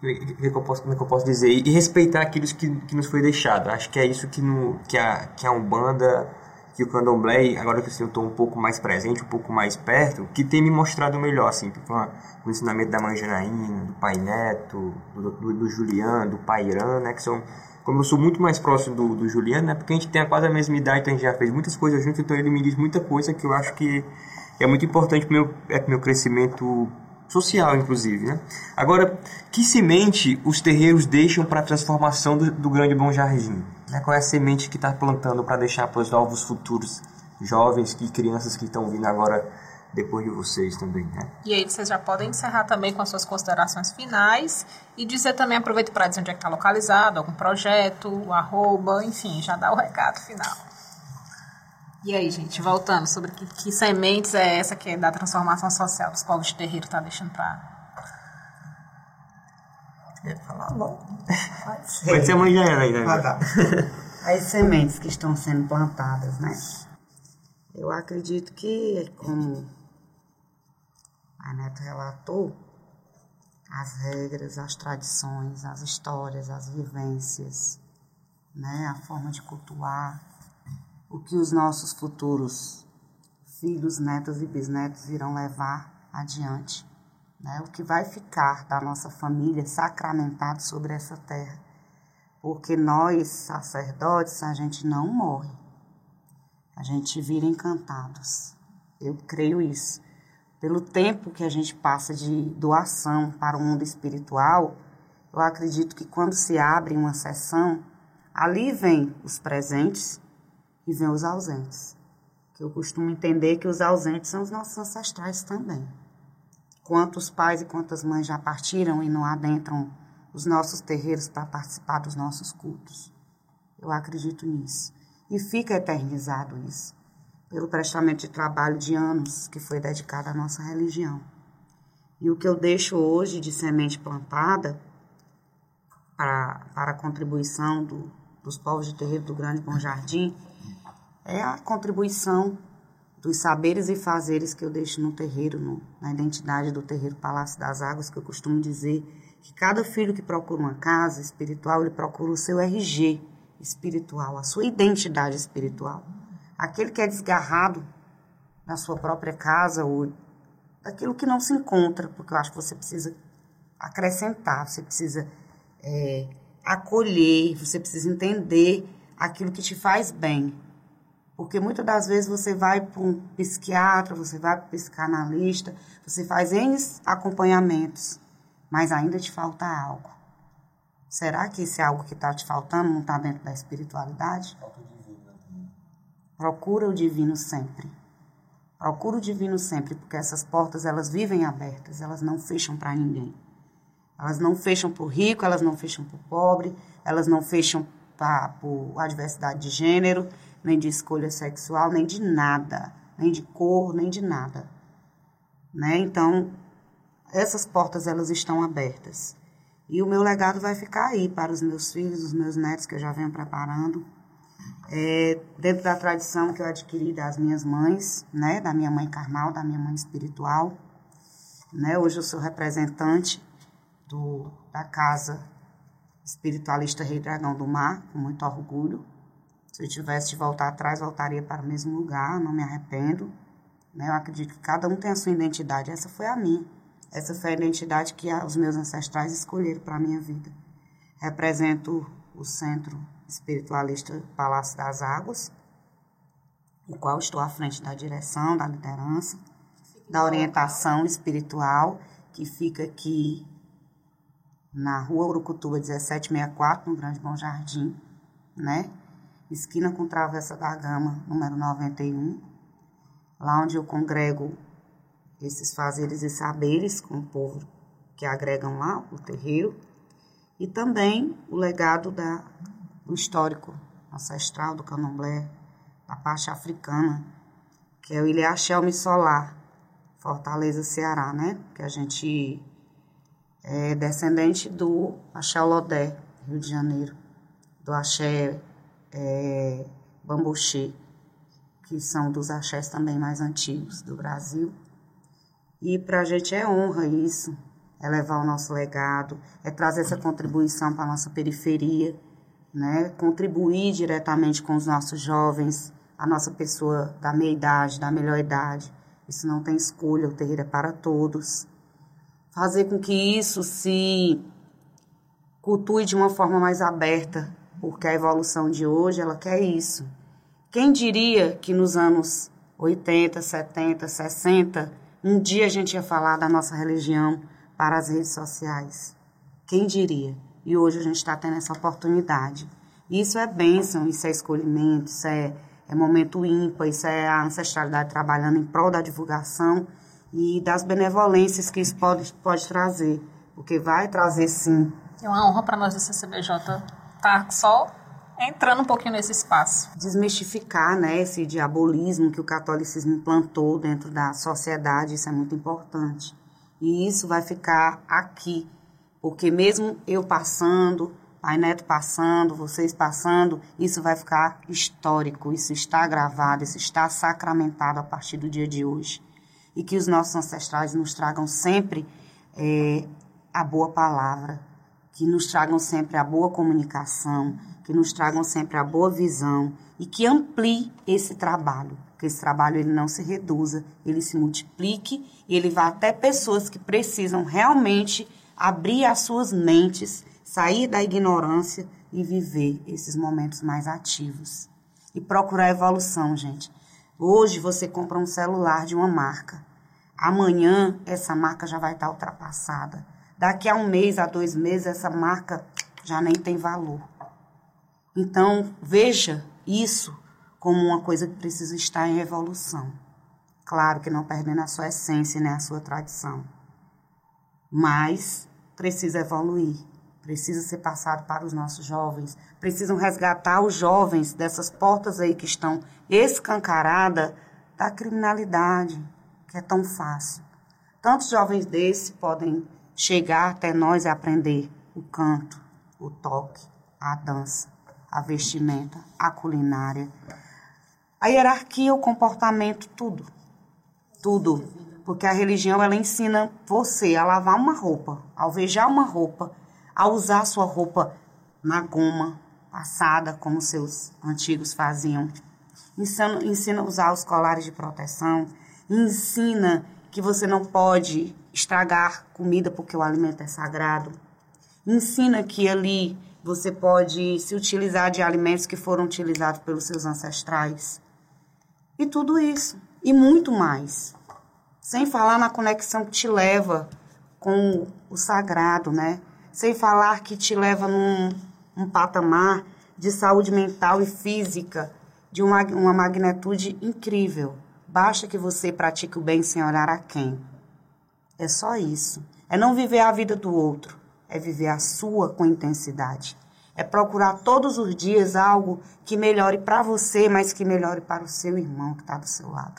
que eu posso, como é que eu posso dizer? E respeitar aquilo que, que nos foi deixado. Acho que é isso que, no, que, a, que a Umbanda, que o Candomblé, agora que assim, eu estou um pouco mais presente, um pouco mais perto, que tem me mostrado melhor, assim, com o ensinamento da Mãe Janaína, do Pai Neto, do, do, do Juliano, do Pai Irã, né, que são... Como eu sou muito mais próximo do, do Juliano, né, porque a gente tem quase a mesma idade, então a gente já fez muitas coisas juntos, então ele me diz muita coisa que eu acho que é muito importante para o meu, é, meu crescimento social, inclusive, né? Agora, que semente os terreiros deixam para a transformação do, do Grande Bom Jardim? Né? Qual é a semente que está plantando para deixar para os novos futuros jovens e crianças que estão vindo agora depois de vocês também, né? E aí vocês já podem encerrar também com as suas considerações finais e dizer também, aproveita para dizer onde é que está localizado, algum projeto, o arroba, enfim, já dá o recado final. E aí, gente, voltando sobre que, que sementes é essa que é da transformação social dos povos de terreiro está deixando para... É falar logo. Pode ser. Vai ser amanhã ainda. Ah, tá. As sementes que estão sendo plantadas, né? Eu acredito que, como a Neto relatou, as regras, as tradições, as histórias, as vivências, né? A forma de cultuar, o que os nossos futuros filhos, netos e bisnetos irão levar adiante, né? O que vai ficar da nossa família sacramentado sobre essa terra. Porque nós, sacerdotes, a gente não morre. A gente vira encantados. Eu creio isso. Pelo tempo que a gente passa de doação para o mundo espiritual, eu acredito que quando se abre uma sessão, ali vem os presentes e vem os ausentes. Que eu costumo entender que os ausentes são os nossos ancestrais também. Quantos pais e quantas mães já partiram e não adentram os nossos terreiros para participar dos nossos cultos. Eu acredito nisso. E fica eternizado isso, pelo prestamento de trabalho de anos que foi dedicado à nossa religião. E o que eu deixo hoje de semente plantada para, para a contribuição do, dos povos de terreiro do Grande Bom Jardim é a contribuição dos saberes e fazeres que eu deixo no terreiro, no, na identidade do terreiro Palácio das Águas, que eu costumo dizer que cada filho que procura uma casa espiritual, ele procura o seu R G espiritual, a sua identidade espiritual. Aquele que é desgarrado da sua própria casa ou daquilo que não se encontra, porque eu acho que você precisa acrescentar, você precisa é, acolher, você precisa entender aquilo que te faz bem. Porque muitas das vezes você vai para um psiquiatra, você vai para um psicanalista, você faz N acompanhamentos, mas ainda te falta algo. Será que esse algo que está te faltando não está dentro da espiritualidade? Procura o divino sempre. Procura o divino sempre, porque essas portas, elas vivem abertas, elas não fecham para ninguém. Elas não fecham para o rico, elas não fecham para o pobre, elas não fecham para a diversidade de gênero, nem de escolha sexual, nem de nada, nem de cor, nem de nada. Né? Então, essas portas, elas estão abertas. E o meu legado vai ficar aí para os meus filhos, os meus netos, que eu já venho preparando. É, dentro da tradição que eu adquiri das minhas mães, né? Da minha mãe carnal, da minha mãe espiritual. Né? Hoje eu sou representante do, da Casa Espiritualista Rei Dragão do Mar, com muito orgulho. Se eu tivesse de voltar atrás, voltaria para o mesmo lugar, não me arrependo. Né? Eu acredito que cada um tem a sua identidade, essa foi a minha. Essa foi a identidade que os meus ancestrais escolheram para a minha vida. Represento o Centro Espiritualista Palácio das Águas, o qual estou à frente da direção, da liderança, da orientação espiritual, que fica aqui na Rua Urucutuba dezessete sessenta e quatro, no Grande Bom Jardim, né? Esquina com Travessa da Gama, número noventa e um, lá onde eu congrego esses fazeres e saberes com o povo que agregam lá, o terreiro, e também o legado da, do histórico ancestral do candomblé, da parte africana, que é o Ilha Axé Missolá, Fortaleza, Ceará, né? Que a gente é descendente do Axé Lodé, Rio de Janeiro, do Axé é, Bambuxê, que são dos axés também mais antigos do Brasil. E para a gente é honra isso, é levar o nosso legado, é trazer essa contribuição para a nossa periferia, né? Contribuir diretamente com os nossos jovens, a nossa pessoa da meia-idade, da melhor idade. Isso não tem escolha, o terreiro é para todos. Fazer com que isso se cultue de uma forma mais aberta, porque a evolução de hoje, ela quer isso. Quem diria que nos anos oitenta, setenta, sessenta, um dia a gente ia falar da nossa religião para as redes sociais? Quem diria? E hoje a gente está tendo essa oportunidade. Isso é bênção, isso é escolhimento, isso é, é momento ímpar, isso é a ancestralidade trabalhando em prol da divulgação e das benevolências que isso pode, pode trazer, porque vai trazer sim. É uma honra para nós do C C B J estar só entrando um pouquinho nesse espaço. Desmistificar, né, esse diabolismo que o catolicismo implantou dentro da sociedade, isso é muito importante. E isso vai ficar aqui, porque mesmo eu passando, Pai Neto passando, vocês passando, isso vai ficar histórico, isso está gravado, isso está sacramentado a partir do dia de hoje. E que os nossos ancestrais nos tragam sempre é, a boa palavra, que nos tragam sempre a boa comunicação, que nos tragam sempre a boa visão e que amplie esse trabalho, que esse trabalho ele não se reduza, ele se multiplique e ele vá até pessoas que precisam realmente abrir as suas mentes, sair da ignorância e viver esses momentos mais ativos. E procurar evolução, gente. Hoje você compra um celular de uma marca. Amanhã essa marca já vai estar ultrapassada. Daqui a um mês, a dois meses, essa marca já nem tem valor. Então, veja isso como uma coisa que precisa estar em evolução. Claro que não perdendo a sua essência, né, a sua tradição. Mas precisa evoluir, precisa ser passado para os nossos jovens, precisam resgatar os jovens dessas portas aí que estão escancaradas da criminalidade, que é tão fácil. Tantos jovens desses podem chegar até nós e aprender o canto, o toque, a dança, a vestimenta, a culinária, a hierarquia, o comportamento, tudo. Tudo. Porque a religião, ela ensina você a lavar uma roupa, a alvejar uma roupa, a usar sua roupa na goma, passada, como seus antigos faziam. Ensina, ensina a usar os colares de proteção, ensina que você não pode estragar comida porque o alimento é sagrado. Ensina que ali você pode se utilizar de alimentos que foram utilizados pelos seus ancestrais. E tudo isso. E muito mais. Sem falar na conexão que te leva com o sagrado, né? Sem falar que te leva num um patamar de saúde mental e física de uma, uma magnitude incrível. Basta que você pratique o bem sem olhar a quem. É só isso. É não viver a vida do outro. É viver a sua com intensidade. É procurar todos os dias algo que melhore para você, mas que melhore para o seu irmão que está do seu lado.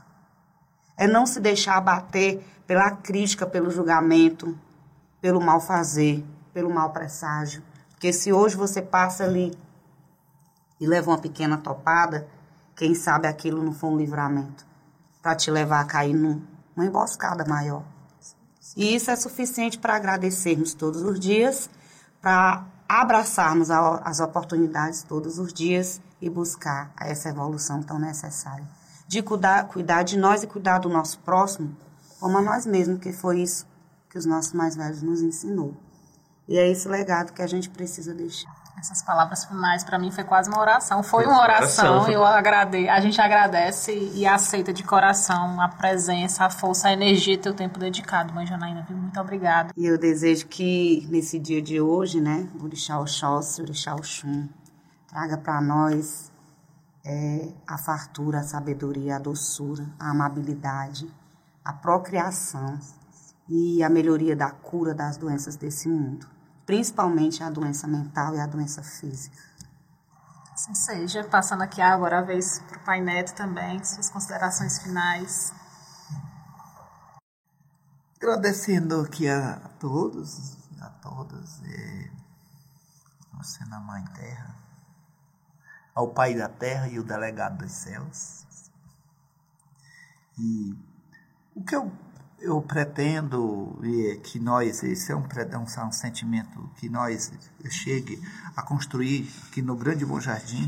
É não se deixar abater pela crítica, pelo julgamento, pelo mal fazer, pelo mau presságio. Porque se hoje você passa ali e leva uma pequena topada, quem sabe aquilo não foi um livramento para te levar a cair num, numa emboscada maior. E isso é suficiente para agradecermos todos os dias, para abraçarmos a, as oportunidades todos os dias e buscar essa evolução tão necessária. De cuidar, cuidar de nós e cuidar do nosso próximo, como a nós mesmos, que foi isso que os nossos mais velhos nos ensinou. E é esse legado que a gente precisa deixar. Essas palavras finais, para mim, foi quase uma oração. Foi uma oração, eu agrade... a gente agradece e aceita de coração a presença, a força, a energia e teu tempo dedicado, Mãe Janaína. Muito obrigada. E eu desejo que, nesse dia de hoje, né, o Orixá Oxóssi, o Orixá Oxum, traga para nós é, a fartura, a sabedoria, a doçura, a amabilidade, a procriação e a melhoria da cura das doenças desse mundo. Principalmente a doença mental e a doença física. Assim seja. Passando aqui agora a vez para o Pai Neto também, suas considerações finais. Agradecendo aqui a todos, a todas, e você na Mãe Terra, ao Pai da Terra e o Delegado dos Céus. E o que eu, eu pretendo eh, que nós, esse é um, é um, é um sentimento que nós chegue a construir aqui no Grande Bom Jardim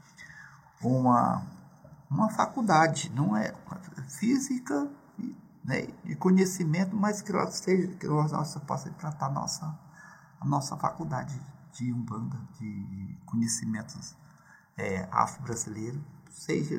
uma, uma faculdade, não é física, né, de conhecimento, mas que nós, seja, que nós, nós possa implantar a nossa, a nossa faculdade de Umbanda, de conhecimentos é, afro-brasileiros, seja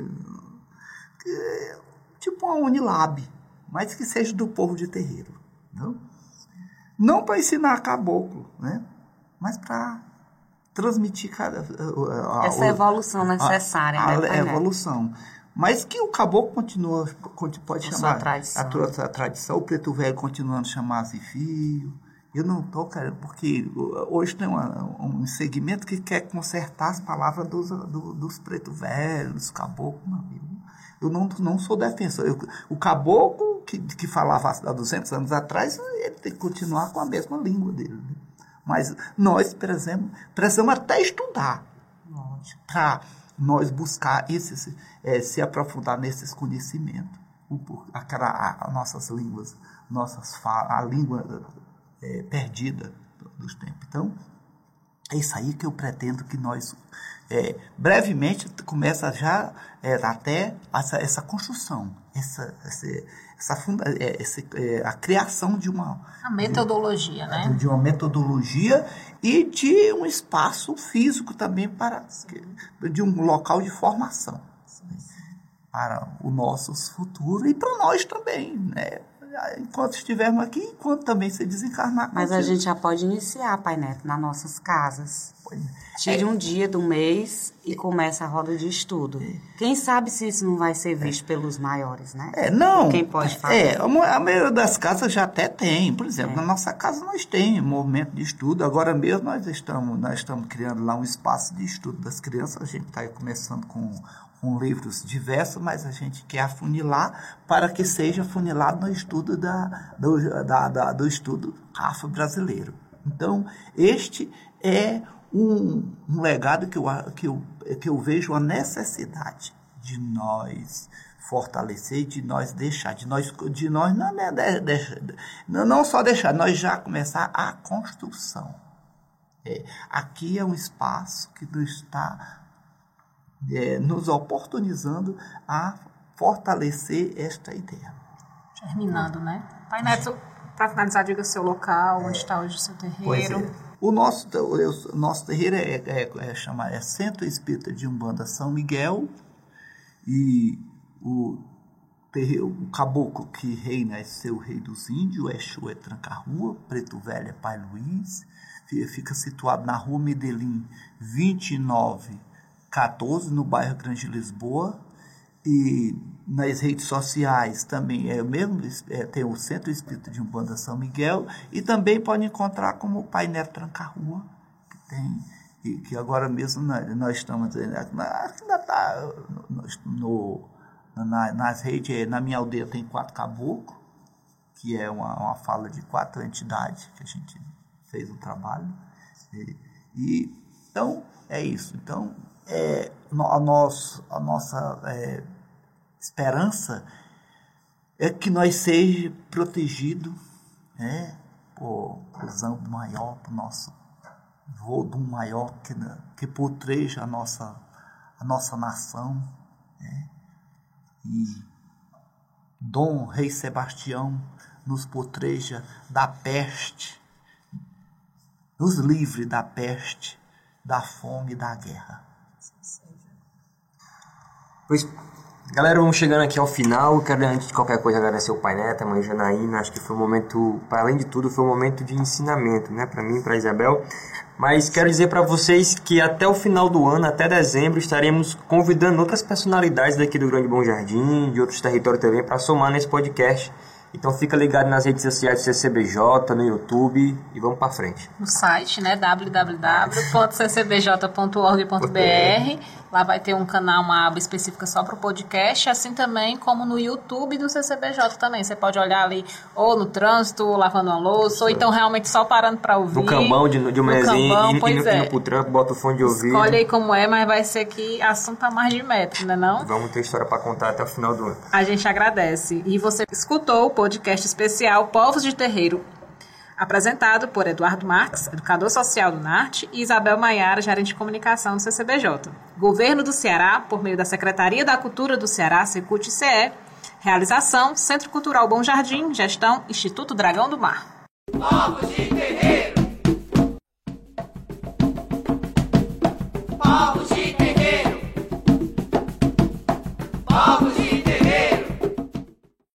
que, tipo uma Unilab, mas que seja do povo de terreiro. Não, não para ensinar caboclo, né, mas para transmitir cada, a, a, essa evolução necessária, a, a, né, a evolução. Mas que o caboclo continua, pode a chamar sua tradição. A, a tradição, o preto velho continuando a chamar Zifio. Eu não estou, cara, porque hoje tem uma, um segmento que quer consertar as palavras dos, do, dos preto velhos, dos caboclos. Não, eu não, não sou defensor. Eu, o caboclo que, que falava há duzentos anos atrás, ele tem que continuar com a mesma língua dele. Né? Mas nós, por exemplo, precisamos até estudar para nós buscar esses, é, se aprofundar nesses conhecimentos, aquela, a, a nossas línguas, nossas falas, a língua é, perdida dos tempos. Então, é isso aí que eu pretendo que nós, é, brevemente, começa já é, até essa, essa construção, essa, essa, essa funda, é, esse, é, a criação de uma... A metodologia, de, né? De uma metodologia e de um espaço físico também para... de um local de formação. Para o nosso futuro e para nós também, né? Enquanto estivermos aqui, enquanto também se desencarnar. Mas a gente já pode iniciar, Pai Neto, nas nossas casas. Tire é. um dia do mês e comece a roda de estudo. É. Quem sabe se isso não vai ser visto é. pelos maiores, né? É, não. Quem pode fazer? É, a maioria das casas já até tem. Por exemplo, é. na nossa casa nós temos movimento de estudo. Agora mesmo nós estamos, nós estamos criando lá um espaço de estudo das crianças. A gente está começando com... com livros diversos, mas a gente quer afunilar para que seja afunilado no estudo da, do, da, da, do estudo afro-brasileiro. Então, este é um, um legado que eu, que, eu, que eu vejo a necessidade de nós fortalecer, de nós deixar, de nós, de nós não, não, não só deixar, nós já começar a construção. É, aqui é um espaço que está... É, nos oportunizando a fortalecer esta ideia. Terminando, né? Pai Neto, para finalizar, diga seu local, onde está hoje o seu terreiro. É. O nosso, o nosso terreiro é, é, é, chamado, é Centro Espírita de Umbanda São Miguel, e o, terreiro, o caboclo que reina é seu rei dos índios, Exu é Tranca-Rua, Preto Velho é Pai Luiz, fica situado na Rua Medellín vinte e nove quatorze, no bairro Grande Lisboa, e nas redes sociais também é o mesmo, é, tem o Centro Espírita de Umbanda São Miguel, e também pode encontrar como o Pai Neto Tranca-Rua, que tem, e, que agora mesmo nós, nós estamos, ainda está no, no, na, nas redes, na minha aldeia tem quatro caboclos, que é uma, uma fala de quatro entidades que a gente fez o trabalho, e, e então é isso, então É, a, nosso, a nossa é, esperança é que nós seja protegido, né, por Zambo maior, por nosso Vodum maior, que, que proteja a nossa, a nossa nação, né, e Dom Rei Sebastião nos proteja da peste, nos livre da peste, da fome e da guerra. Pois, galera, vamos chegando aqui ao final. Quero, antes de qualquer coisa, agradecer o Pai Neto, a mãe Janaína. Acho que foi um momento, para além de tudo, foi um momento de ensinamento, né, para mim e para Isabel. Mas quero dizer para vocês que até o final do ano, até dezembro, estaremos convidando outras personalidades daqui do Grande Bom Jardim, de outros territórios também, para somar nesse podcast. Então fica ligado nas redes sociais do C C B J, no YouTube, e vamos para frente. No site, né, w w w ponto c c b j ponto org ponto b r. Lá vai ter um canal, uma aba específica só para o podcast, assim também como no YouTube do C C B J também. Você pode olhar ali ou no trânsito, lavando uma louça, ou então realmente só parando para ouvir. No cambão de, de um mesinho, indo, indo, é. indo pro trampo, bota o fone de ouvido. Escolhe aí como é, mas vai ser que assunto a mais de metro, não é não? Vamos ter história para contar até o final do ano. A gente agradece. E você escutou o podcast especial Povos de Terreiro, apresentado por Eduardo Marques, educador social do Narte, e Isabel Maiara, gerente de comunicação do C C B J. Governo do Ceará, por meio da Secretaria da Cultura do Ceará, Secult-C E. Realização, Centro Cultural Bom Jardim, gestão, Instituto Dragão do Mar. Povos de terreiro. Povos